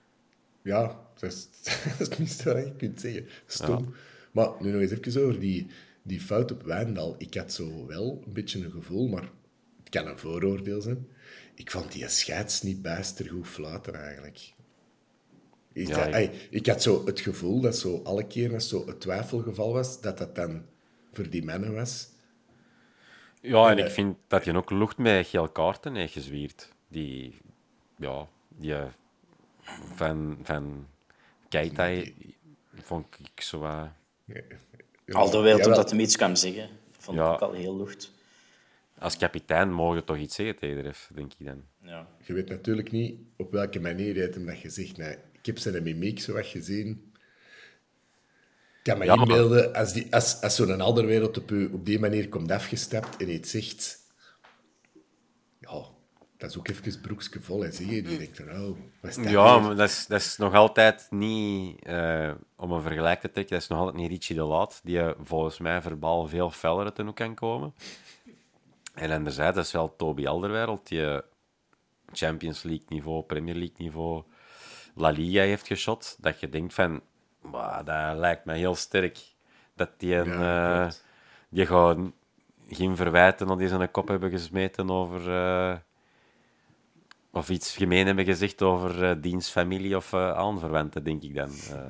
Ja, dat is, dat is het minste wat je kunt zeggen. Stom. Ja. Maar nu nog eens even over die, die fout op Wijndal. Ik had zo wel een beetje een gevoel, maar het kan een vooroordeel zijn. Ik vond die scheids niet bijster goed fluiten, eigenlijk. Ik, ja, ik... Ay, ik had zo het gevoel dat zo alle keer als zo een twijfelgeval was, dat dat dan voor die mannen was. Ja, en, en ik uh, vind dat je ook lucht met geel kaarten heeft gezwierd. Die, ja, die van, van Keita die... vond ik zo... Uh... Ja, ja, al de wereld omdat hij iets kan zeggen. Vond ik ja. ook al heel lucht. Als kapitein mogen je toch iets zeggen tegen de denk ik dan. Ja. Je weet natuurlijk niet op welke manier hij het hem dat gezegd. Nee, ik heb zijn mimiek zo wat gezien. Ik kan me ja, inbeelden, maar... als, die, als, als zo'n andere wereld op, u, op die manier komt afgestapt en iets zegt... Ja, dat is ook even broekje vol. Hè, zie je? Die denkt van, oh, wat is dat Ja, weer? maar dat is, dat is nog altijd niet... Uh, om een vergelijk te trekken, dat is nog altijd niet Richie de Laat, die uh, volgens mij verbaal veel feller uit de hoek kan komen. En anderzijds, dat is wel Toby Alderweireld, die uh, Champions League niveau, Premier League niveau, La Liga heeft geschot. Dat je denkt van, bah, dat lijkt me heel sterk. Dat die, een, ja, uh, die gewoon geen verwijten dat die zijn kop hebben gesmeten over... Uh, of iets gemeen hebben gezegd over uh, diens familie of uh, aanverwanten, denk ik dan. Uh,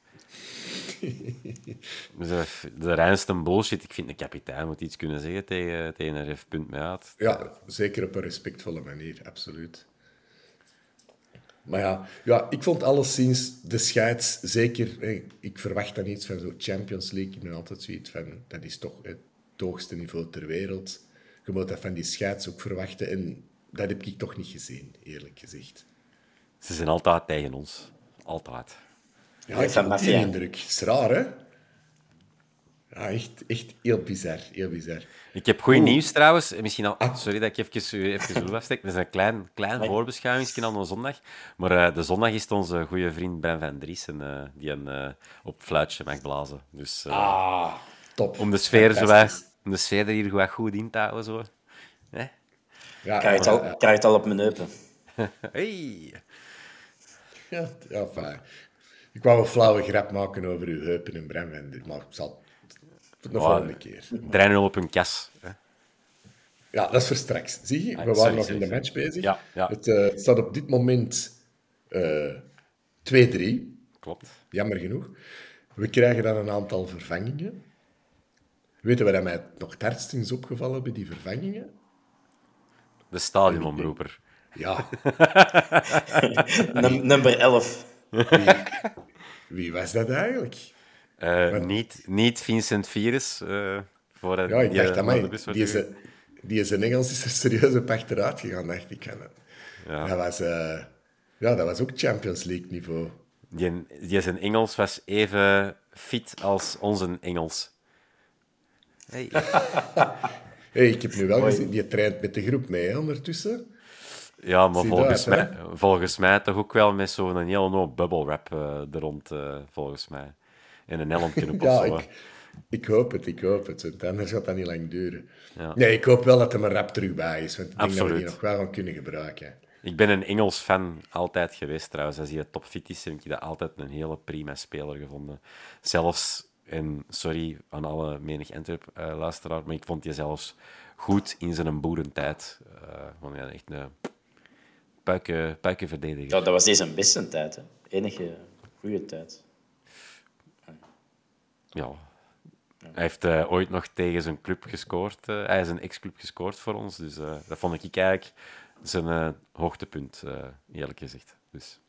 dus, uh, de reinste bullshit. Ik vind de kapitein moet iets kunnen zeggen tegen, tegen een ref punt mee uit. Ja, zeker op een respectvolle manier, absoluut. Maar ja, ja, ik vond alleszins de scheids zeker... Ik verwacht dan iets van zo'n Champions League. Ik ben altijd zoiets van... Dat is toch het hoogste niveau ter wereld. Je moet dat van die scheids ook verwachten. En dat heb ik toch niet gezien, eerlijk gezegd. Ze zijn altijd tegen ons. Altijd. Ja, ik heb die indruk. Het is raar, hè? Ja, echt, echt heel bizar. Heel bizar. Ik heb goed nieuws trouwens. Misschien al... Sorry dat ik even, even zo afstek. Dat is een klein, klein voorbeschouwing aan de zondag. Maar uh, de zondag is het onze goede vriend Ben van Driessen uh, die een uh, op fluitje mag blazen. Dus, uh, ah, top. Om de sfeer, zo wat, om de sfeer er hier goed, goed in te houden. Zo. Eh? Ja, krijg, je het al, krijg je het al op mijn heupen. Hey. Ja, ja, fijn. Ik wou een flauwe grap maken over uw heupen en Bram van Driessen, maar ik zal het de volgende keer. drie nul op een kas. Hè? Ja, dat is voor straks. Zie je, we ah, waren sorry, nog sorry, in de match bezig. Ja, ja. Het uh, staat op dit moment uh, twee drie. Klopt. Jammer genoeg. We krijgen dan een aantal vervangingen. Weten we dat mij nog het hardst is opgevallen bij die vervangingen? De stadionomroeper. Ja. Nummer elf. Wie, wie was dat eigenlijk? Uh, maar, niet, niet Vincent Virus. Uh, voor ja, ik dacht dat mij. Die is, die is in Engels is er serieus op achteruit gegaan, dacht ik. Ja. Dat, was, uh, ja, dat was ook Champions League niveau. Die, die zijn Engels was even fit als onze Engels. Hey. Hey, ik heb nu wel gezien, die traint met de groep mee, hè, ondertussen. Ja, maar volgens, dat, mij, volgens mij toch ook wel met zo'n hele hoop bubble wrap uh, er rond, uh, volgens mij. En een helmknop ja, of zo. Ik, ik hoop het, ik hoop het. Want anders gaat dat niet lang duren. Ja. Nee, ik hoop wel dat er een rap terug bij is. Want ik denk Absoluut. dat we die nog wel gaan kunnen gebruiken. Ik ben een Engels fan altijd geweest, trouwens. Als hij topfit is, heb ik dat altijd een hele prima speler gevonden. Zelfs, en sorry aan alle menig Antwerp-luisteraar, maar ik vond hij zelfs goed in zijn boerentijd. Uh, vond hij echt een puiken, puikenverdediger. Ja, dat was deze beste tijd, hè. Enige goede tijd. Ja. Hij heeft uh, ooit nog tegen zijn club gescoord. Uh, hij is een ex-club gescoord voor ons. Dus uh, dat vond ik eigenlijk zijn uh, hoogtepunt, uh, eerlijk gezegd. Dus.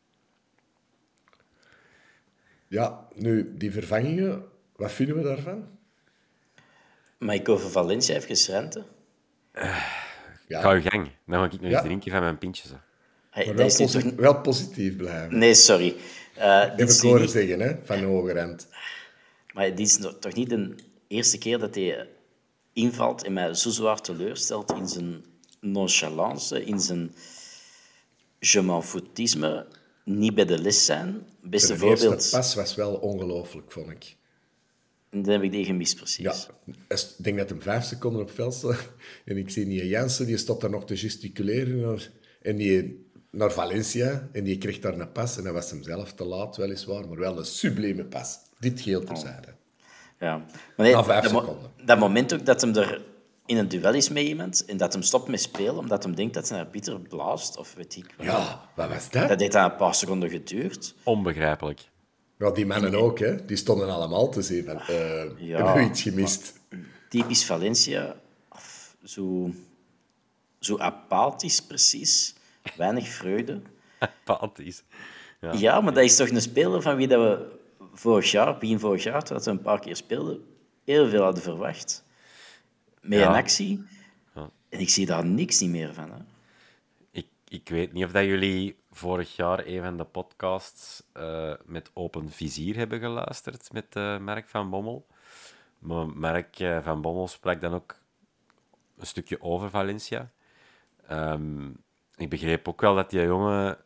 Ja, nu, die vervangingen, wat vinden we daarvan? Mag ik over Valencia even renten? Uh, ja. Ga je gang. Dan ga ik nog ja. eens drinken van mijn pintjes. Hey, maar wel, posi- toch... wel positief blijven. Nee, sorry. Uh, Heb ik horen niet... zeggen, hè, van hoge rente. Maar dit is toch niet de eerste keer dat hij invalt en mij zo zwaar teleurstelt in zijn nonchalance, in zijn je m'en foutisme, niet bij de les zijn. Beste de voorbeeld. eerste pas was wel ongelooflijk, vond ik. En dan heb ik die gemist, precies. Ja, ik denk dat hem vijf seconden op veld staat. En ik zie die Jansen, die staat daar nog te gesticuleren. En die naar Valencia en die kreeg daar een pas en dan was hem zelf te laat, weliswaar, maar wel een sublieme pas. Dit geheel terzijde. Ja. Maar nee, Na vijf dat, mo- seconden. dat moment ook dat hem er in een duel is met iemand en dat hem stopt met spelen omdat hem denkt dat zijn arbiter blaast, of weet ik wat. Ja, wat was dat? Dat heeft dan een paar seconden geduurd. Onbegrijpelijk. Ja, die mannen ook, hè. Die stonden allemaal te zien van, eh, Ja, hebben we iets gemist? Typisch Valencia, of zo, zo apathisch precies, weinig vreugde. Apathisch. Ja. Ja, maar dat is toch een speler van wie dat we vorig jaar, begin vorig jaar, toen we een paar keer speelden, heel veel hadden verwacht. Met Ja. een actie. Ja. En ik zie daar niks niet meer van. Hè. Ik, ik weet niet of dat jullie vorig jaar een van de podcasts eh, met open vizier hebben geluisterd met uh, Mark van Bommel. Maar Mark uh, van Bommel sprak dan ook een stukje over Valencia. Um, ik begreep ook wel dat die jongen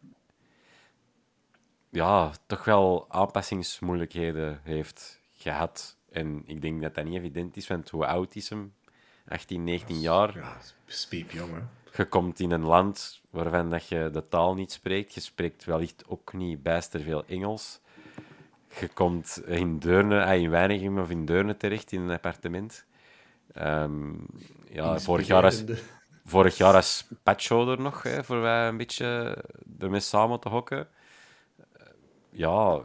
ja, toch wel aanpassingsmoeilijkheden heeft gehad. En ik denk dat dat niet evident is, want hoe oud is hem? achttien, negentien jaar. Ja, spiepjong, hè. Je komt in een land waarvan dat je de taal niet spreekt. Je spreekt wellicht ook niet bijster veel Engels. Je komt in Deurne, ah, in Weinigem of in Deurne terecht, in een appartement. Um, ja, vorig jaar, als, vorig jaar als Pacho er nog, hè, voor wij een beetje ermee samen te hokken. Uh, ja...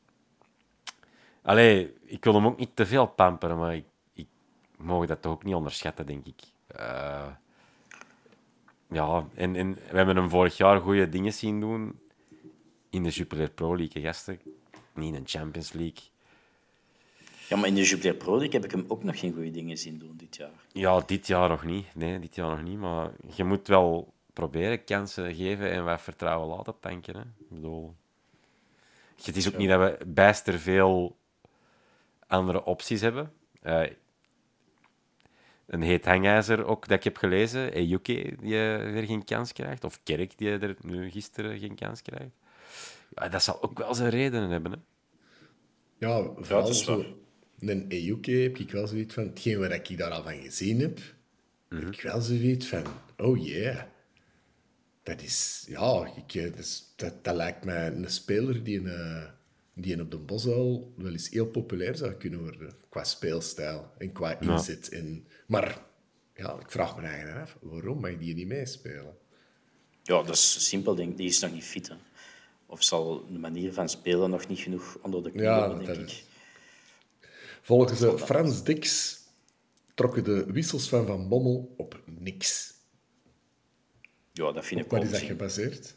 Allee, ik wil hem ook niet te veel pamperen, maar ik, ik mag dat toch ook niet onderschatten, denk ik. Uh, ja, en, en we hebben hem vorig jaar goede dingen zien doen in de Jupiler Pro League, gasten. Niet in de Champions League. Ja, maar in de Jupiler Pro League heb ik hem ook nog geen goede dingen zien doen dit jaar. Ja, dit jaar nog niet. Nee, dit jaar nog niet. Maar je moet wel proberen kansen geven en wat vertrouwen laten tanken. Hè. Ik bedoel... Het is ook niet dat we bijster veel andere opties hebben. Uh, een heet hangijzer ook dat ik heb gelezen. Ejuke, die uh, weer geen kans krijgt. Of Kerk, die er nu gisteren geen kans krijgt. Ja, dat zal ook wel zijn redenen hebben. Hè? Ja, vooral ja, zo... Een Ejuke heb ik wel zoiets van... Hetgeen wat ik daar al van gezien heb, mm-hmm. heb ik wel zoiets van... Oh yeah. Dat is... Ja, ik, dat, dat, dat lijkt mij een speler die... Een, die een op de Bosuil wel eens heel populair zou kunnen worden. Qua speelstijl en qua inzet. Ja. En, maar ja, ik vraag me eigenlijk af, waarom mag die niet meespelen? Ja, dat is simpel, denk ik. Die is nog niet fit. Hè. Of zal de manier van spelen nog niet genoeg onder de knie ja, hebben, denk is... ik. Volgens uh, Frans Dix trokken de wissels van Van Bommel op niks. Ja, dat vind op ik wel. Wat is dat gebaseerd?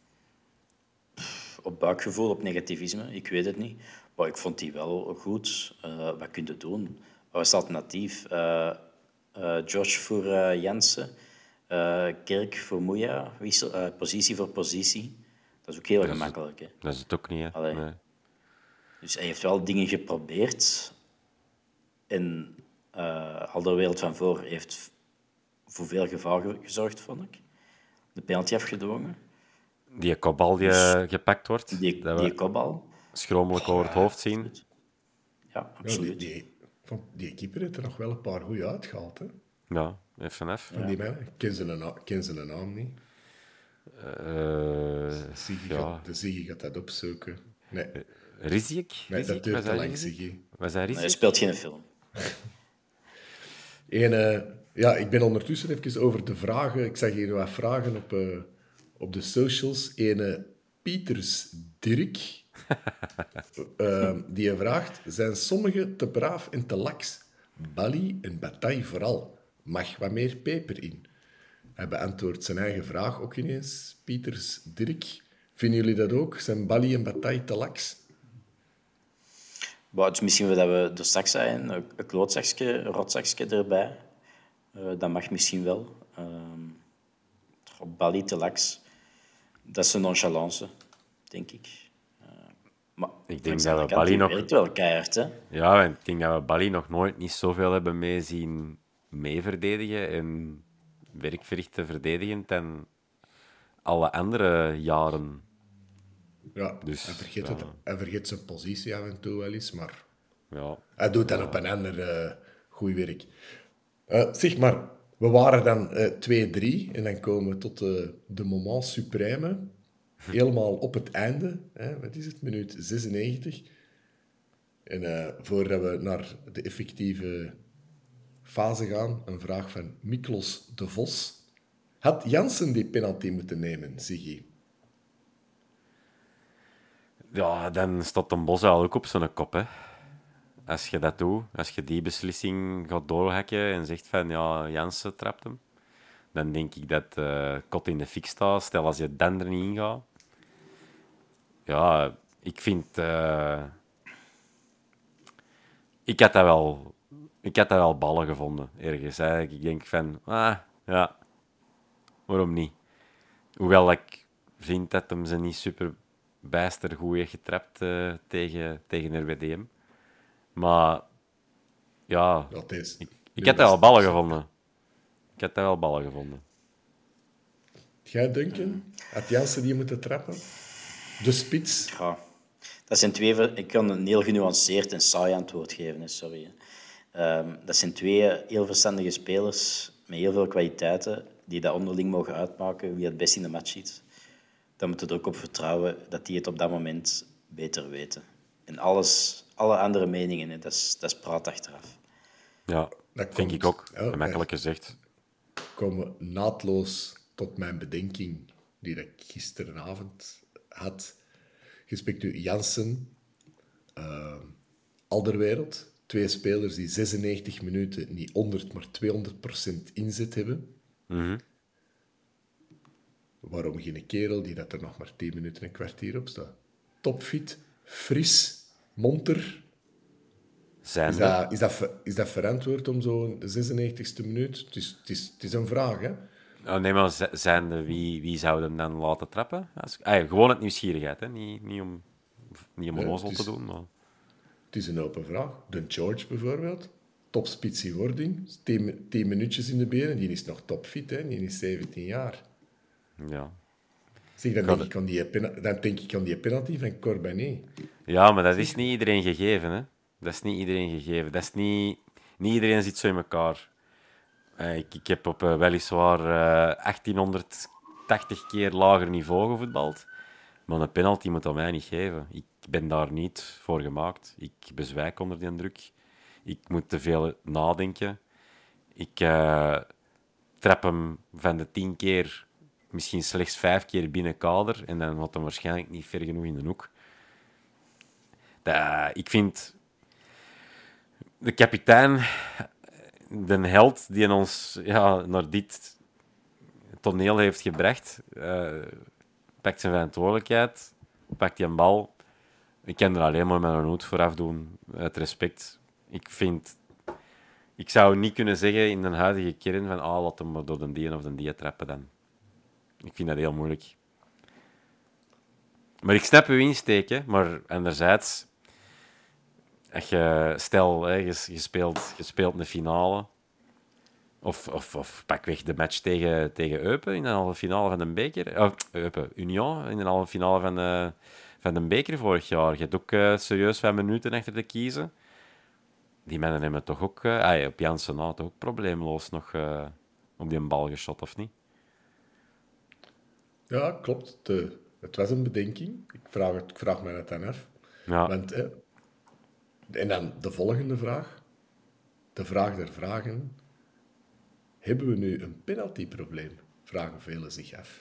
Op buikgevoel, op negativisme, ik weet het niet. Maar ik vond die wel goed. Uh, wat kun je doen? Wat was het alternatief? Uh, uh, Josh voor uh, Jansen, uh, Kerk voor Moeja, wissel, uh, positie voor positie. Dat is ook heel dat gemakkelijk. Is, hè? Dat is het ook niet, hè? Nee. Dus hij heeft wel dingen geprobeerd. En uh, al de wereld van voor heeft voor veel gevaar gezorgd, vond ik. De penalty afgedwongen. Die kopbal die dus, gepakt wordt. Die, dat die kopbal. Schromelijk over het hoofd zien. Absoluut. Ja, absoluut. Ja, die, die, die keeper heeft er nog wel een paar goeie uitgehaald. Hè? Ja, even af. Van die mannen. Ik ken zijn naam, ken zijn naam niet. Uh, Ziggy ja. gaat, de Ziggy gaat dat opzoeken. Nee. Uh, Riziek? Nee, dat duurt te lang, Ziggy. Was hij nee, hij speelt geen film. En, uh, ja, ik ben ondertussen even over de vragen... Ik zag hier wat vragen op... Uh, op de socials, ene Pieters Dirk, uh, die vraagt, zijn sommigen te braaf en te laks? Bali en Bataille vooral. Mag wat meer peper in? Hij beantwoordt zijn eigen vraag ook ineens, Pieters Dirk. Vinden jullie dat ook? Zijn Bali en Bataille te laks? Well, het is misschien dat we er straks zijn, een klootzakje, een rotzakje erbij. Uh, dat mag misschien wel. Um, Bali te laks. Dat is een nonchalance, denk ik. Uh, maar ik denk dat we Bali nog... werkt wel keihard, hè? Ja, ik denk dat we Bali nog nooit niet zoveel hebben mee zien meeverdedigen en werk verrichten verdedigend dan alle andere jaren. Ja, dus, hij, vergeet ja. Het, hij vergeet zijn positie af en toe wel eens, maar ja. hij doet dan ja. op een ander uh, goed werk. Uh, zeg maar, We waren dan uh, twee drie en dan komen we tot uh, de moment suprême. Helemaal op het einde. Hè, wat is het? Minuut zesennegentig. En uh, voordat we naar de effectieve fase gaan, een vraag van Miklos de Vos. Had Jansen die penalty moeten nemen, Ziggy? Ja, dan staat Den Bosch al ook op zijn kop, hè. Als je dat doet, als je die beslissing gaat doorhakken en zegt van, ja, Jansen trapt hem, dan denk ik dat uh, kot in de fik staat. Stel, als je dan er niet in gaat. Ja, ik vind... Uh... Ik had dat wel... Ik had dat wel ballen gevonden, ergens. Hè. Ik denk van, ah, ja, waarom niet? Hoewel ik vind dat hem ze niet super bijster goed heeft getrapt uh, tegen, tegen R W D M. Maar, ja, ja is, ik, ik had dat wel ballen gevonden. Ik had dat wel ballen gevonden. Jij, Duncan? Had Jansen die moeten trappen? De spits? Ja, dat zijn twee... Ik kan een heel genuanceerd en saai antwoord geven, hè, sorry. Um, dat zijn twee heel verstandige spelers met heel veel kwaliteiten die dat onderling mogen uitmaken wie het best in de match zit. Dan moet je er ook op vertrouwen dat die het op dat moment beter weten. En alles, alle andere meningen, hè, dat, is, dat is praat achteraf. Ja, dat denk ik ook. Ja, gemakkelijk gezegd. Komen naadloos tot mijn bedenking die dat ik gisteravond had. Gesprek u Jansen, uh, Alderweireld. Twee spelers die zesennegentig minuten, niet honderd, maar tweehonderd procent inzet hebben. Mm-hmm. Waarom geen kerel die dat er nog maar tien minuten en een kwartier op staat? Topfit, fris, monter. Zijn is, dat, is, dat, is dat verantwoord om zo'n zesennegentigste minuut? Het is, het, is, het is een vraag, hè? Oh, nee, maar zijnde, wie, wie zou hem dan laten trappen? Ah, gewoon het nieuwsgierigheid, hè? Niet, niet om, niet om onnozel te doen, maar... Het is een open vraag. De George bijvoorbeeld, topspitsie wording, tien, tien minuutjes in de benen, die is nog topfit, hè? Die is zeventien jaar. Ja. Zeg, dan, denk ik aan die, dan denk ik aan die penalty van Corbanet. Ja, maar dat is niet iedereen gegeven, hè? Dat is niet iedereen gegeven. Dat is niet... Niet iedereen zit zo in elkaar. Ik, ik heb op uh, weliswaar uh, achttienhonderdtachtig keer lager niveau gevoetbald. Maar een penalty moet dat mij niet geven. Ik ben daar niet voor gemaakt. Ik bezwijk onder die druk. Ik moet te veel nadenken. Ik uh, trap hem van de tien keer misschien slechts vijf keer binnen kader. En dan wordt hem waarschijnlijk niet ver genoeg in de hoek. Dat, ik vind... De kapitein, de held die ons ja, naar dit toneel heeft gebracht... Uh, pakt zijn verantwoordelijkheid, pakt die een bal. Ik kan er alleen maar met een hoed voor afdoen, uit respect. Ik vind... Ik zou niet kunnen zeggen in de huidige kern van ah, laat hem maar door de die of de die trappen dan. Ik vind dat heel moeilijk. Maar ik snap uw insteek, hè. Maar anderzijds... Als je, stel, hè, je, je, speelt, je speelt een finale... Of, of, of pakweg de match tegen, tegen Eupen in de halve finale van de beker. Oh, Eupen, Union in de halve finale van de, van de beker vorig jaar. Je hebt ook uh, serieus vijf minuten achter te kiezen. Die mannen hebben toch ook... Uh, ah, op Jansen na toch ook probleemloos nog uh, op die bal geschot, of niet? Ja, klopt. De, het was een bedenking. Ik vraag, het, ik vraag me dat dan af. Ja. Want, eh, en dan de volgende vraag. De vraag der vragen... Hebben we nu een penaltyprobleem? Vragen velen zich af.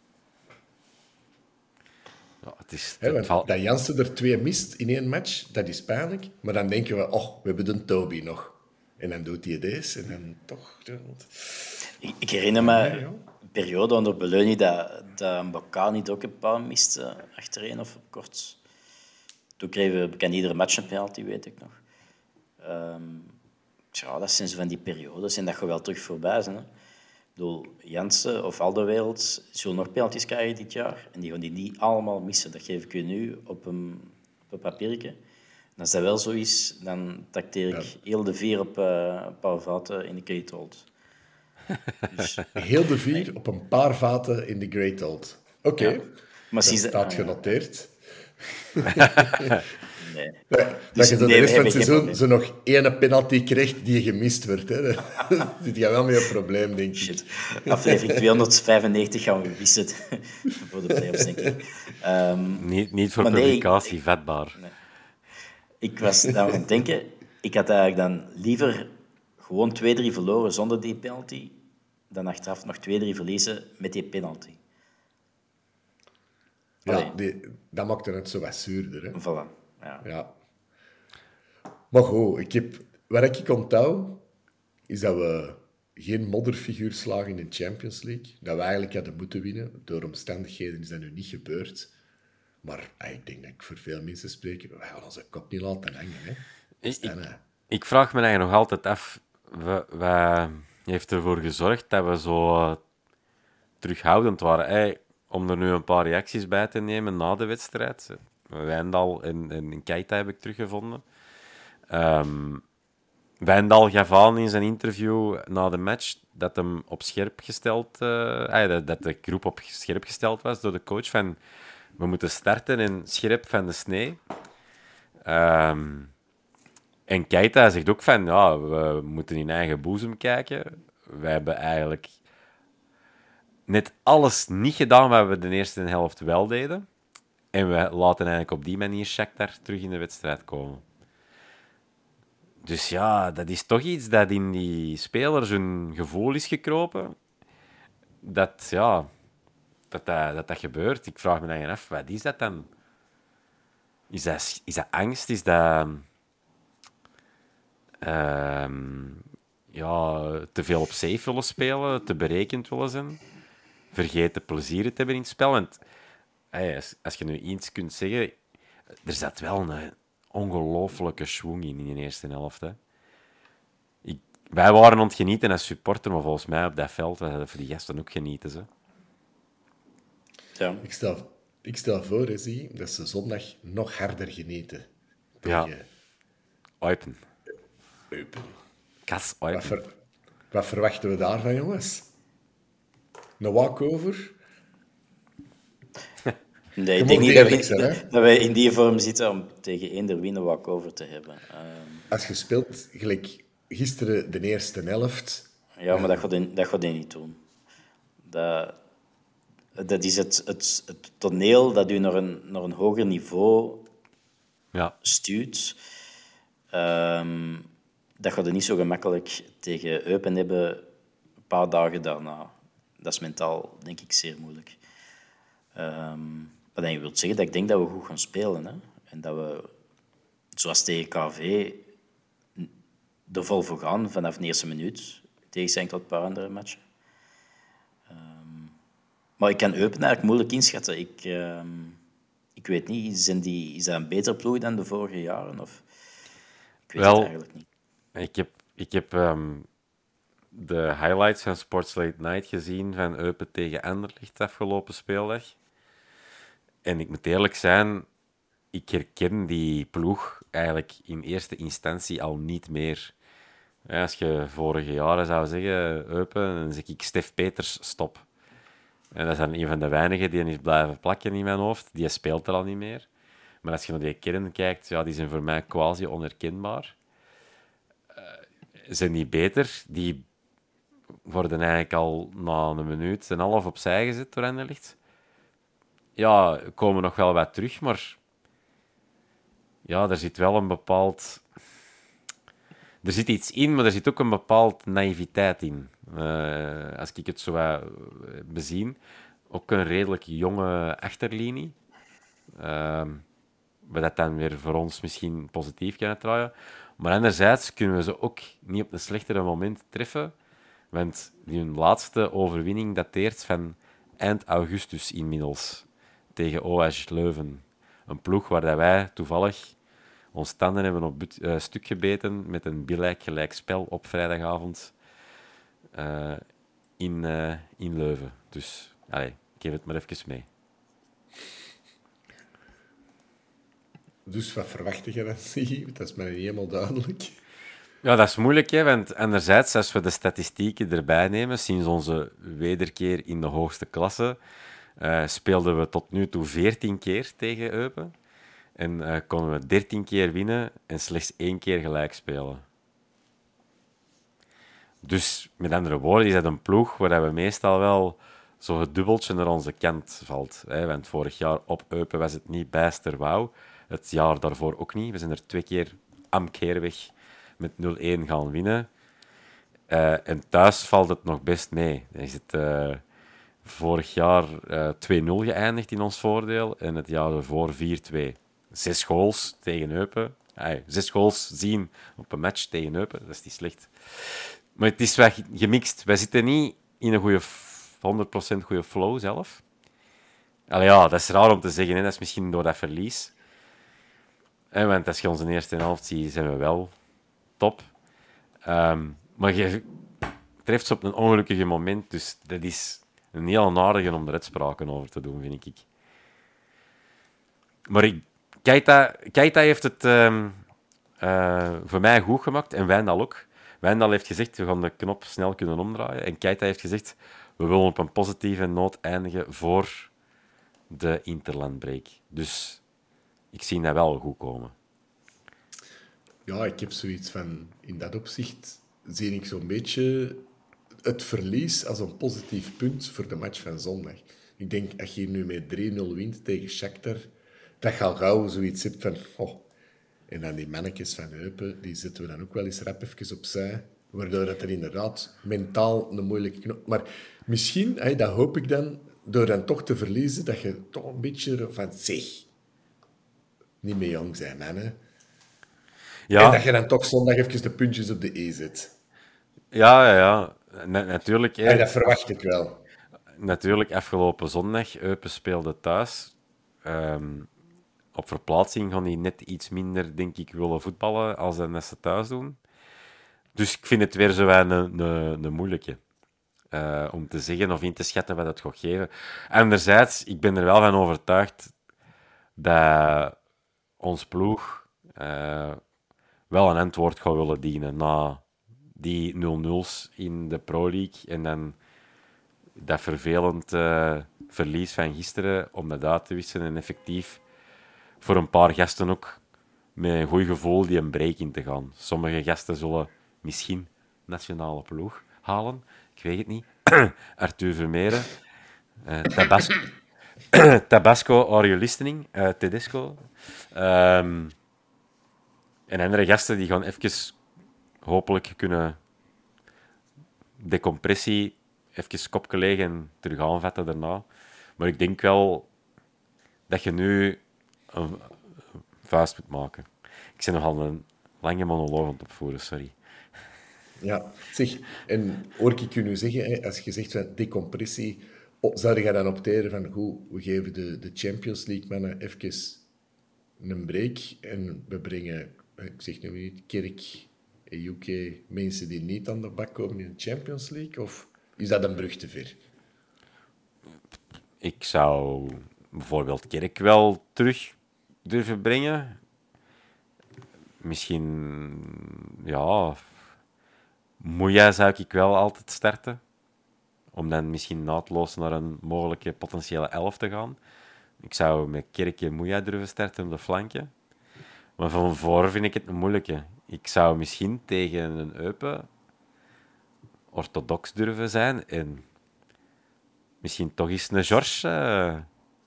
Ja, het is, He, het valt... Dat Jansen er twee mist in één match, dat is pijnlijk. Maar dan denken we, oh, we hebben de Toby nog. En dan doet hij deze en dan toch... Ik, ik herinner me een periode onder Beleuni dat, dat Mbaka niet ook een paar miste achtereen of kort. Toen kregen we bekend iedere match een penalty, weet ik nog. Um, Ja, dat zijn zo van die periodes en dat gaat wel terug voorbij zijn. Hè. Ik bedoel, Jansen of Alderweireld zullen nog penalties krijgen dit jaar en die gaan die niet allemaal missen. Dat geef ik u nu op een, op een papiertje. En als dat wel zo is, dan tacteer ik ja. heel de vier op uh, een paar vaten in de Great Old. Dus... Heel de vier nee. op een paar vaten in de Great Old. Oké, okay. ja. Dat staat genoteerd. Nee. Dat, Dus dat je zo de nee, rest van heb het ik geen seizoen zo nog één penalty krijgt die gemist wordt. Hè. Daar zit je wel mee een probleem, denk ik. Shit. Aflevering tweehonderdvijfennegentig gaan we wissen voor de playoffs, denk ik. Um, Niet, niet voor maar nee, publicatie, ik- vetbaar. Nee. Ik was dan aan het denken, ik had eigenlijk dan liever gewoon twee drie verloren zonder die penalty, dan achteraf nog twee drie verliezen met die penalty. Ja, Allee. die, dat maakte het zo wat zuurder. Hè. Voilà. Ja. Ja. Maar goed, ik heb, wat ik onthoud, is dat we geen modderfiguur slagen in de Champions League. Dat we eigenlijk hadden moeten winnen. Door omstandigheden is dat nu niet gebeurd. Maar ah, ik denk dat ik voor veel mensen spreek. Wij gaan onze kop niet laten hangen. Hè. Ik, Stan, hè. ik, ik vraag me eigenlijk nog altijd af, wat, wat heeft ervoor gezorgd dat we zo uh, terughoudend waren? Hey, om er nu een paar reacties bij te nemen na de wedstrijd. Wijndal en, en Keita heb ik teruggevonden. Um, Wijndal gaf aan in zijn interview na de match dat hem op scherp gesteld, uh, dat, dat de groep op scherp gesteld was door de coach van we moeten starten en scherp van de snee. Um, en Keita zegt ook van ja, we moeten in eigen boezem kijken. Wij hebben eigenlijk net alles niet gedaan wat we de eerste helft wel deden. En we laten eigenlijk op die manier Shakhtar terug in de wedstrijd komen. Dus ja, dat is toch iets dat in die spelers hun gevoel is gekropen. Dat, ja, dat, dat, dat, dat gebeurt. Ik vraag me dan af, wat is dat dan? Is dat, is dat angst? Is dat... Uh, ja, te veel op safe willen spelen? Te berekend willen zijn? Vergeten plezier te hebben in het spel? Want, hey, als, als je nu iets kunt zeggen... Er zat wel een ongelooflijke schwung in in de eerste helft. Hè. Ik, wij waren aan het genieten als supporter, maar volgens mij op dat veld hadden voor die gasten ook genieten. Ze. Ja. Ik, stel, ik stel voor, hè, zie, dat ze zondag nog harder genieten. Tegen Ja. Eupen. Eupen. Kas Wat, Eupen. ver, wat verwachten we daarvan, jongens? Een walkover? Nee, Je ik denk moet niet dat eerlijk zijn, we, hè? dat we in die vorm zitten om tegen eender wie een walkover te hebben. Um, Als je speelt, gelijk gisteren de eerste helft... ja, maar dat gaat hij, dat gaat hij niet doen. Dat, dat is het, het, het toneel dat u naar een, naar een hoger niveau Ja. stuurt. Um, dat gaat hij niet zo gemakkelijk tegen Eupen hebben een paar dagen daarna. Dat is mentaal, denk ik, zeer moeilijk. Um, wat dat wil zeggen dat ik denk dat we goed gaan spelen. Hè? En dat we, zoals tegen K V, er vol voor gaan vanaf de eerste minuut. Tegenstelling tot een paar andere matchen. Um, maar ik kan Eupen eigenlijk moeilijk inschatten. Ik, um, ik weet niet, zijn die, is dat een betere ploeg dan de vorige jaren? Of? Ik weet Wel, het eigenlijk niet. Ik heb, ik heb um, de highlights van Sports Late Night gezien van Eupen tegen Anderlecht afgelopen speeldag. En ik moet eerlijk zijn, ik herken die ploeg eigenlijk in eerste instantie al niet meer. Ja, als je vorige jaren zou zeggen, Eupen, dan zeg ik Stef Peters, stop. En dat is dan een van de weinigen die is blijven plakken in mijn hoofd. Die speelt er al niet meer. Maar als je naar die kern kijkt, ja, die zijn voor mij quasi onherkenbaar. Uh, zijn die beter? Die worden eigenlijk al na een minuut en een half opzij gezet door Anderlecht. Ja, komen nog wel wat terug, maar ja, er zit wel een bepaald... Er zit iets in, maar er zit ook een bepaald naïviteit in. Uh, als ik het zo wat bezien. Ook een redelijk jonge achterlinie. Uh, wat dat dan weer voor ons misschien positief kan draaien. Maar anderzijds kunnen we ze ook niet op een slechtere moment treffen. Want die hun laatste overwinning dateert van eind augustus inmiddels. Tegen O H Leuven. Een ploeg waar dat wij toevallig ons tanden hebben op but, uh, stuk gebeten met een billijk gelijkspel op vrijdagavond uh, in, uh, in Leuven. Dus allez, ik geef het maar even mee. Dus wat verwacht je dan, Siggy? Dat is mij niet helemaal duidelijk. Ja, dat is moeilijk, hè, want anderzijds, als we de statistieken erbij nemen, sinds onze wederkeer in de hoogste klasse, uh, speelden we tot nu toe veertien keer tegen Eupen. En uh, konden we dertien keer winnen en slechts één keer gelijk spelen. Dus met andere woorden, is dat een ploeg waar we meestal wel zo'n gedubbeltje naar onze kant valt. Hè? Want vorig jaar op Eupen was het niet bijster wauw. Het jaar daarvoor ook niet. We zijn er twee keer am keerweg met nul-één gaan winnen. Uh, en thuis valt het nog best mee. Dan is het uh, vorig jaar uh, twee nul geëindigd in ons voordeel en het jaar ervoor vier twee. Zes goals tegen Eupen. Ay, zes goals zien op een match tegen Eupen, dat is niet slecht. Maar het is wel gemixt. Wij zitten niet in een goede, honderd procent goede flow zelf. Allee, ja, dat is raar om te zeggen. Hè. Dat is misschien door dat verlies. En want als je onze eerste helft ziet, zijn we wel top. Um, maar je treft ze op een ongelukkige moment. Dus dat is een heel aardige om er uitspraken over te doen, vind ik. Maar ik, Keita, Keita heeft het um, uh, voor mij goed gemaakt. En Wijndal ook. Wijndal heeft gezegd, we gaan de knop snel kunnen omdraaien. En Keita heeft gezegd, we willen op een positieve noot eindigen voor de interlandbreak. Dus ik zie dat wel goed komen. Ja, ik heb zoiets van... In dat opzicht zie ik zo'n beetje het verlies als een positief punt voor de match van zondag. Ik denk, als je hier nu met drie nul wint tegen Shakhtar, dat je al gauw zoiets hebt van... Oh. En dan die mannetjes van Eupen, die zetten we dan ook wel eens rap even opzij. Waardoor dat er inderdaad mentaal een moeilijke knop... Maar misschien, hey, dat hoop ik dan, door dan toch te verliezen, dat je toch een beetje van... Zeg, niet meer jong zijn, man. Hè. Ja. En dat je dan toch zondag even de puntjes op de E zet. Ja, ja, ja. Na- natuurlijk. Hey, dat verwacht ik wel. Natuurlijk, afgelopen zondag, Eupen speelde thuis. Um, op verplaatsing gaan die net iets minder, denk ik, willen voetballen als dat ze thuis doen. Dus ik vind het weer zo een, een, een moeilijke. Uh, om te zeggen of in te schatten wat het gaat geven. Anderzijds, ik ben er wel van overtuigd dat ons ploeg uh, wel een antwoord gaat willen dienen na die nul nul's in de Pro League en dan dat vervelend uh, verlies van gisteren om dat uit te wisselen en effectief voor een paar gasten ook met een goed gevoel die een break in te gaan. Sommige gasten zullen misschien nationale ploeg halen. Ik weet het niet. Arthur Vermeeren. Uh, Tabasco. Tabasco, are you listening? Uh, Tedesco. Um, en andere gasten die gaan even hopelijk kunnen decompressie, even kopje leeg en terug aanvatten daarna. Maar ik denk wel dat je nu een vuist moet maken. Ik ben nogal een lange monoloog aan het opvoeren, sorry. Ja, zeg, en hoor ik je nu zeggen, hè, als je zegt van decompressie, zou je dan opteren van, goed, we geven de, de Champions League-mannen even een break en we brengen, ik zeg nu niet, Kerk en U K, mensen die niet aan de bak komen in de Champions League, of is dat een brug te ver? Ik zou bijvoorbeeld Kerk wel terug durven brengen. Misschien, ja... Moeja zou ik wel altijd starten. Om dan misschien naadloos naar een mogelijke potentiële elf te gaan. Ik zou met Kerk en Moeja durven starten op de flanken. Maar van voor vind ik het een moeilijke. Ik zou misschien tegen een Eupen orthodox durven zijn. En misschien toch eens een George... Uh,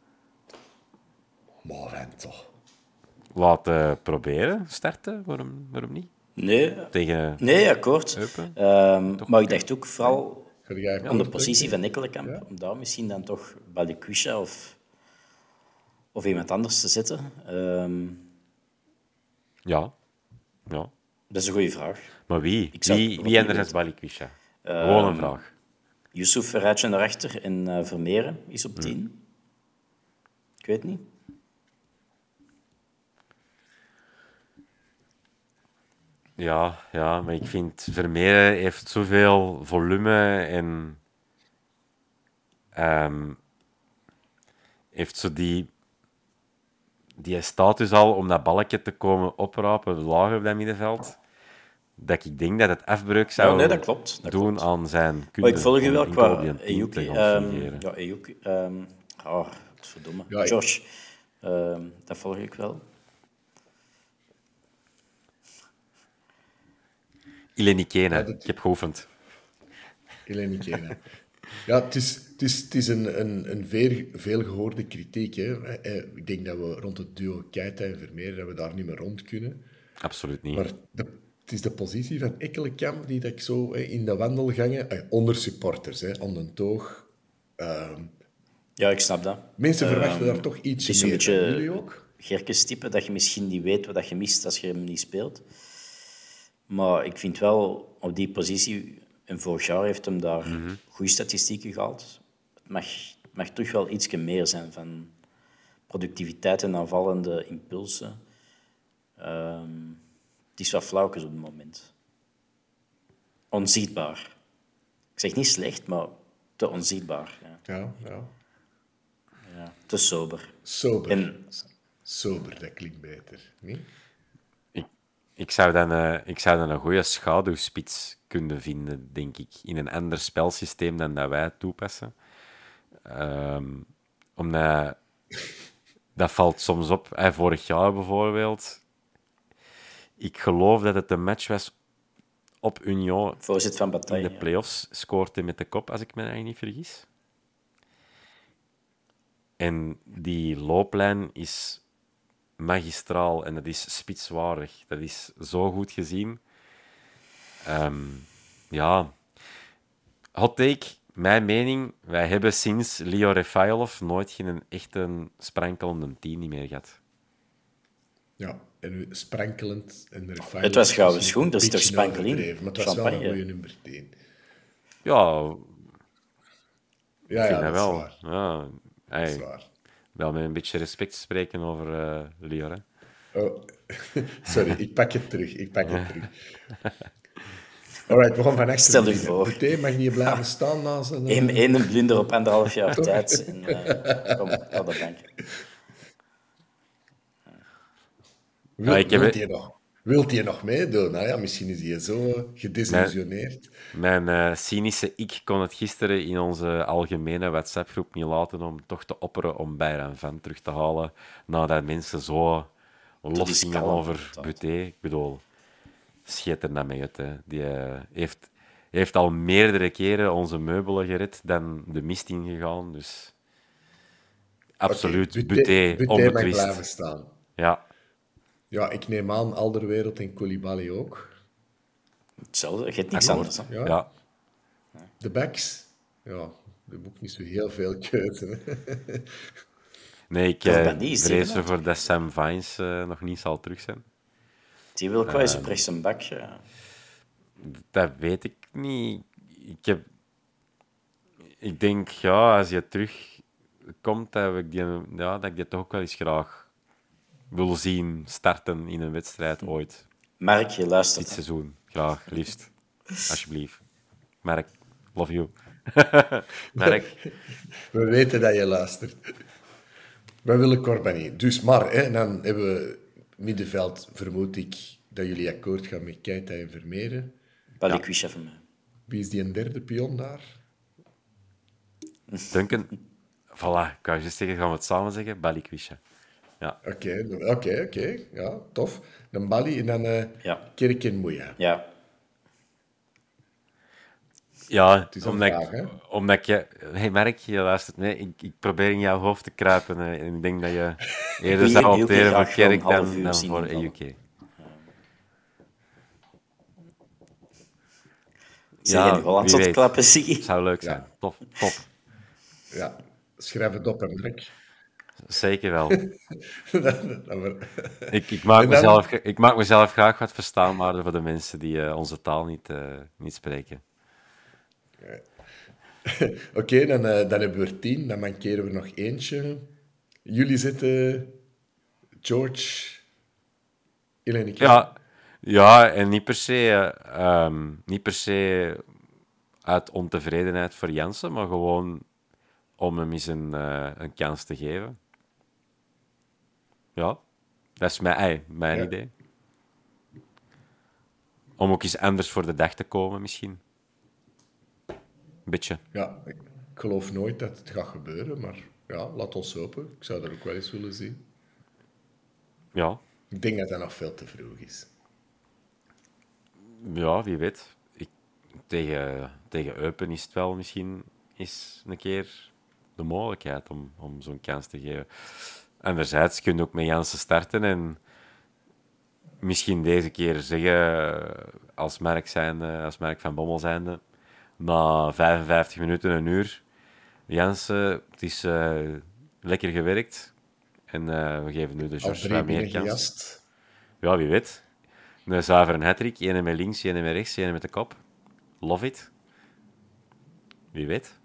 maar toch. Laten proberen, starten. Waarom, waarom niet? Nee, tegen nee akkoord. Um, maar ik dacht ook vooral aan de positie van Ekkelenkamp, ja. Om daar misschien dan toch Balikwisha of, of iemand anders te zetten. Um, ja. ja. Dat is een goede vraag. Maar wie? Wie, wie anders is Balikwisha? Um, Gewoon een vraag. Yusuf Verraadje naar achter en uh, Vermeeren is op tien. Hmm. Ik weet niet. Ja, ja, maar ik vind Vermeeren heeft zoveel volume en um, heeft zo die, die status al om dat balkje te komen oprapen, lager op dat middenveld, dat ik denk dat het afbreuk zou oh, nee, dat klopt, dat doen klopt. aan zijn kunde. Maar ik volg je wel qua Ejuki. Um, ja, Ejuki. Um, oh, verdomme. Ja, George, um, dat volg ik wel. Ilenikene, Ja, dat- ik heb geoefend. Ilenikene. Ja, het is, het is, het is een, een, een veer, veel gehoorde kritiek. Hè. Eh, Ik denk dat we rond het duo Keita en Vermeer dat we daar niet meer rond kunnen. Absoluut niet. Maar de, het is de positie van Ekkelenkamp die dat ik zo hè, in de wandelgangen, eh, onder supporters, hè, aan de toog. ehm, Ja, ik snap dat. mensen verwachten Ehm, daar toch Het ietsje is een meer van. Jullie beetje ook? Gerkes-type, dat je misschien niet weet wat je mist als je hem niet speelt. Maar ik vind wel, op die positie, en vorig jaar heeft hem daar Mhm. goede statistieken gehaald. Het mag, het mag toch wel iets meer zijn van productiviteit en aanvallende impulsen. Ehm, het is wat flauwkes op het moment. Onzichtbaar. Ik zeg niet slecht, maar te onzichtbaar. Ja. Ja, ja. Ja, te sober. Sober. En- Sober, dat klinkt beter. Nee? Ik, ik, zou dan, eh, ik zou dan een goede schaduwspits kunnen vinden, denk ik, in een ander spelsysteem dan dat wij toepassen. Ehm, omdat dat valt soms op. Eh, vorig jaar bijvoorbeeld. Ik geloof dat het een match was op Union Voorzit van in Bataille. de play-offs. Scoort hij met de kop, als ik me eigenlijk niet vergis. En die looplijn is magistraal en dat is spitswaardig. Dat is zo goed gezien. Ehm, ja. Hot take, mijn mening. Wij hebben sinds Leo Refailov nooit geen echte sprankelende tien meer gehad. Ja, en nu sprankelend en refined. Het was gouden is schoen, een er is toch beetje sprankel in? overdreven, Maar het was wel een Champagne. goede nummer tien. Ja, Ja, ik vind ja, dat dat is wel. waar. Ja, Dat hey, is waar. wel met een beetje respect spreken over uh, Leo. Hè. Oh, sorry, ik pak het terug. Ik pak het terug. Alright, we gaan van achter Stel je beginnen. voor. Boutet mag niet blijven staan na zijn... Eén eh, één blunder op anderhalf jaar tijd. En, uh, kom, op de bank. Wil, Ja, ik heb wilt, het- hij nog, wilt hij nog meedoen? Nou ja, misschien is hij zo gedesillusioneerd. Mijn eh, cynische ik kon het gisteren in onze algemene WhatsApp-groep niet laten om toch te opperen om Bayern Van terug te halen, nadat mensen zo los is gingen kalm, over inderdaad. Boutet. Ik bedoel, scheet er nou mee uit. Hè. Die eh, heeft, heeft al meerdere keren onze meubelen gered, dan de mist ingegaan. Dus absoluut, Oké, Boutet, Boutet mag onbetwist. blijven staan. Ja, Ja, ik neem aan Alderweireld en Koulibaly ook. Hetzelfde, je hebt niks akkoord. anders. Hè? Ja. Ja. De backs? Ja, er moet ook niet zo heel veel keuze. hè. Nee, ik Toch eh, ben die is vrees zeker ervoor dat Sam Vines eh, nog niet zal terug zijn. Die wil kwijt Ehm, op rechts een bak. Ja. Dat weet ik niet. Ik, heb... ik denk, ja, als je terugkomt, dat ik, die, ja, dat ik die toch ook wel eens graag wil zien starten in een wedstrijd ooit. Mark, je luistert. Dit hè. seizoen. Graag, liefst. Alsjeblieft. Mark, love you. Mark, We weten dat je luistert. We willen Corbani. Dus maar, hè, dan hebben we middenveld, vermoed ik, dat jullie akkoord gaan met Keita en Vermeeren. Balikwisha van mij. Wie is die een derde pion daar? Duncan. Voilà, ik wou juist zeggen, gaan we het samen zeggen? Balikwisha. Ja. Oké, oké, oké. Ja, tof. Dan Bali en dan eh Ja. Kerk en Moeja. Ja. Ja, is een omdat, vraag, ik, hè? omdat je... Hey Mark, je luistert mee. Ik, ik probeer in jouw hoofd te kruipen. hè, En ik denk dat je eerder wil zou je opteren voor graag wel een Kerk half dan, uur dan zien voor invallen. E U K. Zeg je nu Hollands wie weet. ontklappen, Siggy? Zou leuk zijn. Ja. Top, top. Ja, schrijf het op en druk. Zeker wel. Dan- dan we- Ik, ik, maak En dan- mezelf, ik maak mezelf graag wat verstaanbaarder voor de mensen die eh, onze taal niet, eh, niet spreken. Oké, dan, eh, dan hebben we er tien. Dan mankeren we nog eentje. Jullie zitten George, Eleni. Ja, ja, en niet per se, eh, ehm, niet per se uit ontevredenheid voor Jansen, maar gewoon om hem eens een, eh, een kans te geven. Ja, dat is mijn, ei, mijn Ja. idee. Om ook eens anders voor de dag te komen, misschien. Een beetje. Ja, ik geloof nooit dat het gaat gebeuren, maar ja, laat ons hopen. Ik zou dat ook wel eens willen zien. Ja, Ik denk dat dat nog veel te vroeg is. Ja, wie weet. Ik, tegen, tegen Eupen is het wel misschien eens een keer de mogelijkheid om, om zo'n kans te geven. Anderzijds kun je ook met Jansen starten en misschien deze keer zeggen, als merk, zijnde, als merk van Bommel zijnde, na vijfenvijftig minuten, een uur, Jansen, het is uh, lekker gewerkt en uh, we geven nu de Josh wat meer kans. Ja, wie weet. Een zuivere hat-trick, één met links, één met rechts, één met de kop. Love it. Wie weet.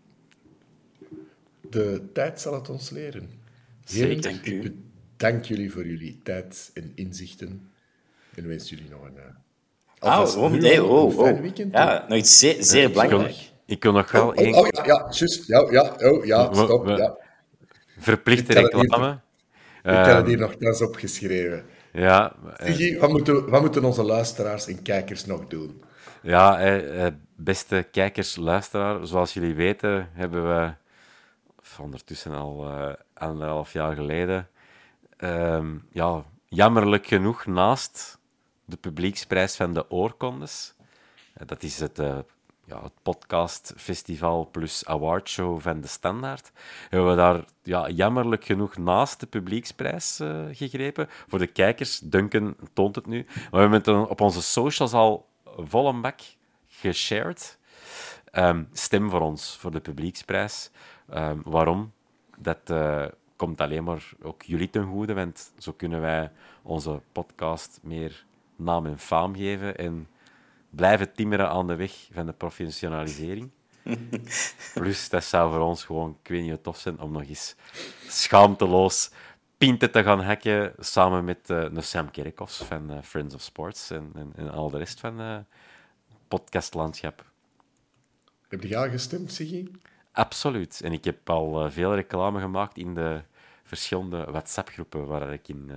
De tijd zal het ons leren. Zeker, dank u. Dank jullie voor jullie tijd en inzichten. En wens jullie nog een... Uh, oh, oh, nee, oh, oh. fijn weekend. Ja, nog iets zeer, zeer uh, belangrijk. Ik wil nog wel oh, één... Oh, oh, ja, ja, juist. Ja, ja, oh, ja, stop. We, we, ja. Verplichte reclame. Ik heb uh, het hier nog thuis opgeschreven. Ja. Siggy, uh, wat, moeten, wat moeten onze luisteraars en kijkers nog doen? Ja, eh, beste kijkers, luisteraars, zoals jullie weten, hebben we ondertussen al uh, anderhalf jaar geleden, uh, ja, jammerlijk genoeg, naast de publieksprijs van de oorkondes, uh, dat is het, uh, ja, het podcastfestival plus awardshow van de Standaard, hebben we daar ja, jammerlijk genoeg naast de publieksprijs uh, gegrepen. Voor de kijkers, Duncan toont het nu, maar we hebben het op onze socials al vol een bak geshared. Um, stem voor ons, voor de publieksprijs. Um, waarom? Dat uh, komt alleen maar ook jullie ten goede, want zo kunnen wij onze podcast meer naam en faam geven en blijven timmeren aan de weg van de professionalisering. Plus, dat zou voor ons gewoon, ik weet niet, tof zijn om nog eens schaamteloos pinten te gaan hacken samen met uh, de Sam Kerkhoffs van uh, Friends of Sports en, en, en al de rest van het uh, podcastlandschap. Heb je al gestemd, Siggy? Absoluut. En ik heb al uh, veel reclame gemaakt in de verschillende WhatsApp-groepen waar ik in, uh,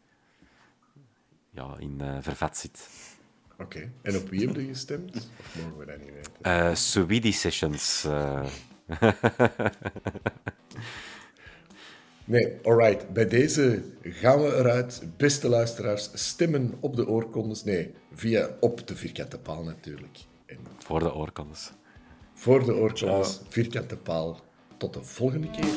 ja, in uh, vervat zit. Oké. Okay. En op wie heb je gestemd? Of mogen we dat niet weten? Uh, Swedish Sessions. Uh... Nee, alright. Bij deze gaan we eruit. Beste luisteraars, stemmen op de oorkondes. Nee, via op de vierkante paal natuurlijk. En voor de oorkondes. Voor de oorkondes, Ciao. Vierkante paal. Tot de volgende keer.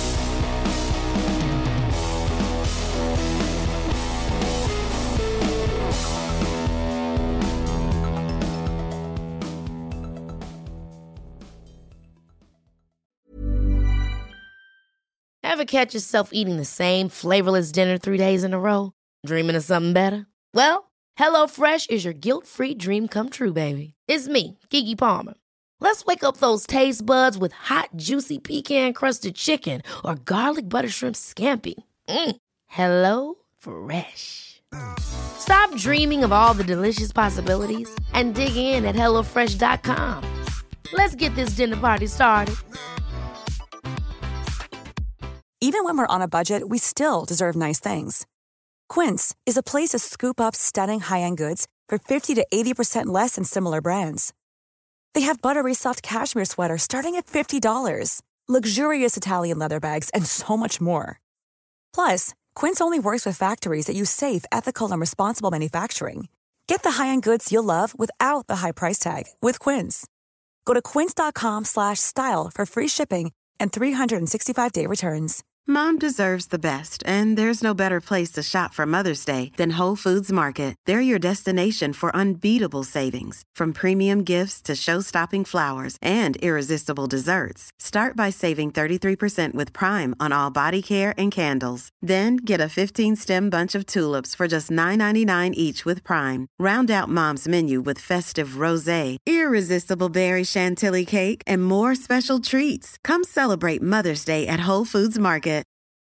Ever catch yourself eating the same flavorless dinner three days in a row? Dreaming of something better? Well, HelloFresh is your guilt-free dream come true, baby. It's me, Keke Palmer. Let's wake up those taste buds with hot, juicy pecan-crusted chicken or garlic butter shrimp scampi. Mm. Hello Fresh. Stop dreaming of all the delicious possibilities and dig in at hello fresh dot com. Let's get this dinner party started. Even when we're on a budget, we still deserve nice things. Quince is a place to scoop up stunning high-end goods for fifty to eighty percent less than similar brands. They have buttery soft cashmere sweaters starting at fifty dollars, luxurious Italian leather bags, and so much more. Plus, Quince only works with factories that use safe, ethical, and responsible manufacturing. Get the high-end goods you'll love without the high price tag with Quince. Go to quince dot com slash style for free shipping and three sixty-five day returns. Mom deserves the best, and there's no better place to shop for Mother's Day than Whole Foods Market. They're your destination for unbeatable savings, from premium gifts to show-stopping flowers and irresistible desserts. Start by saving thirty-three percent with Prime on all body care and candles. Then get a fifteen-stem bunch of tulips for just nine ninety-nine each with Prime. Round out Mom's menu with festive rosé, irresistible berry chantilly cake, and more special treats. Come celebrate Mother's Day at Whole Foods Market.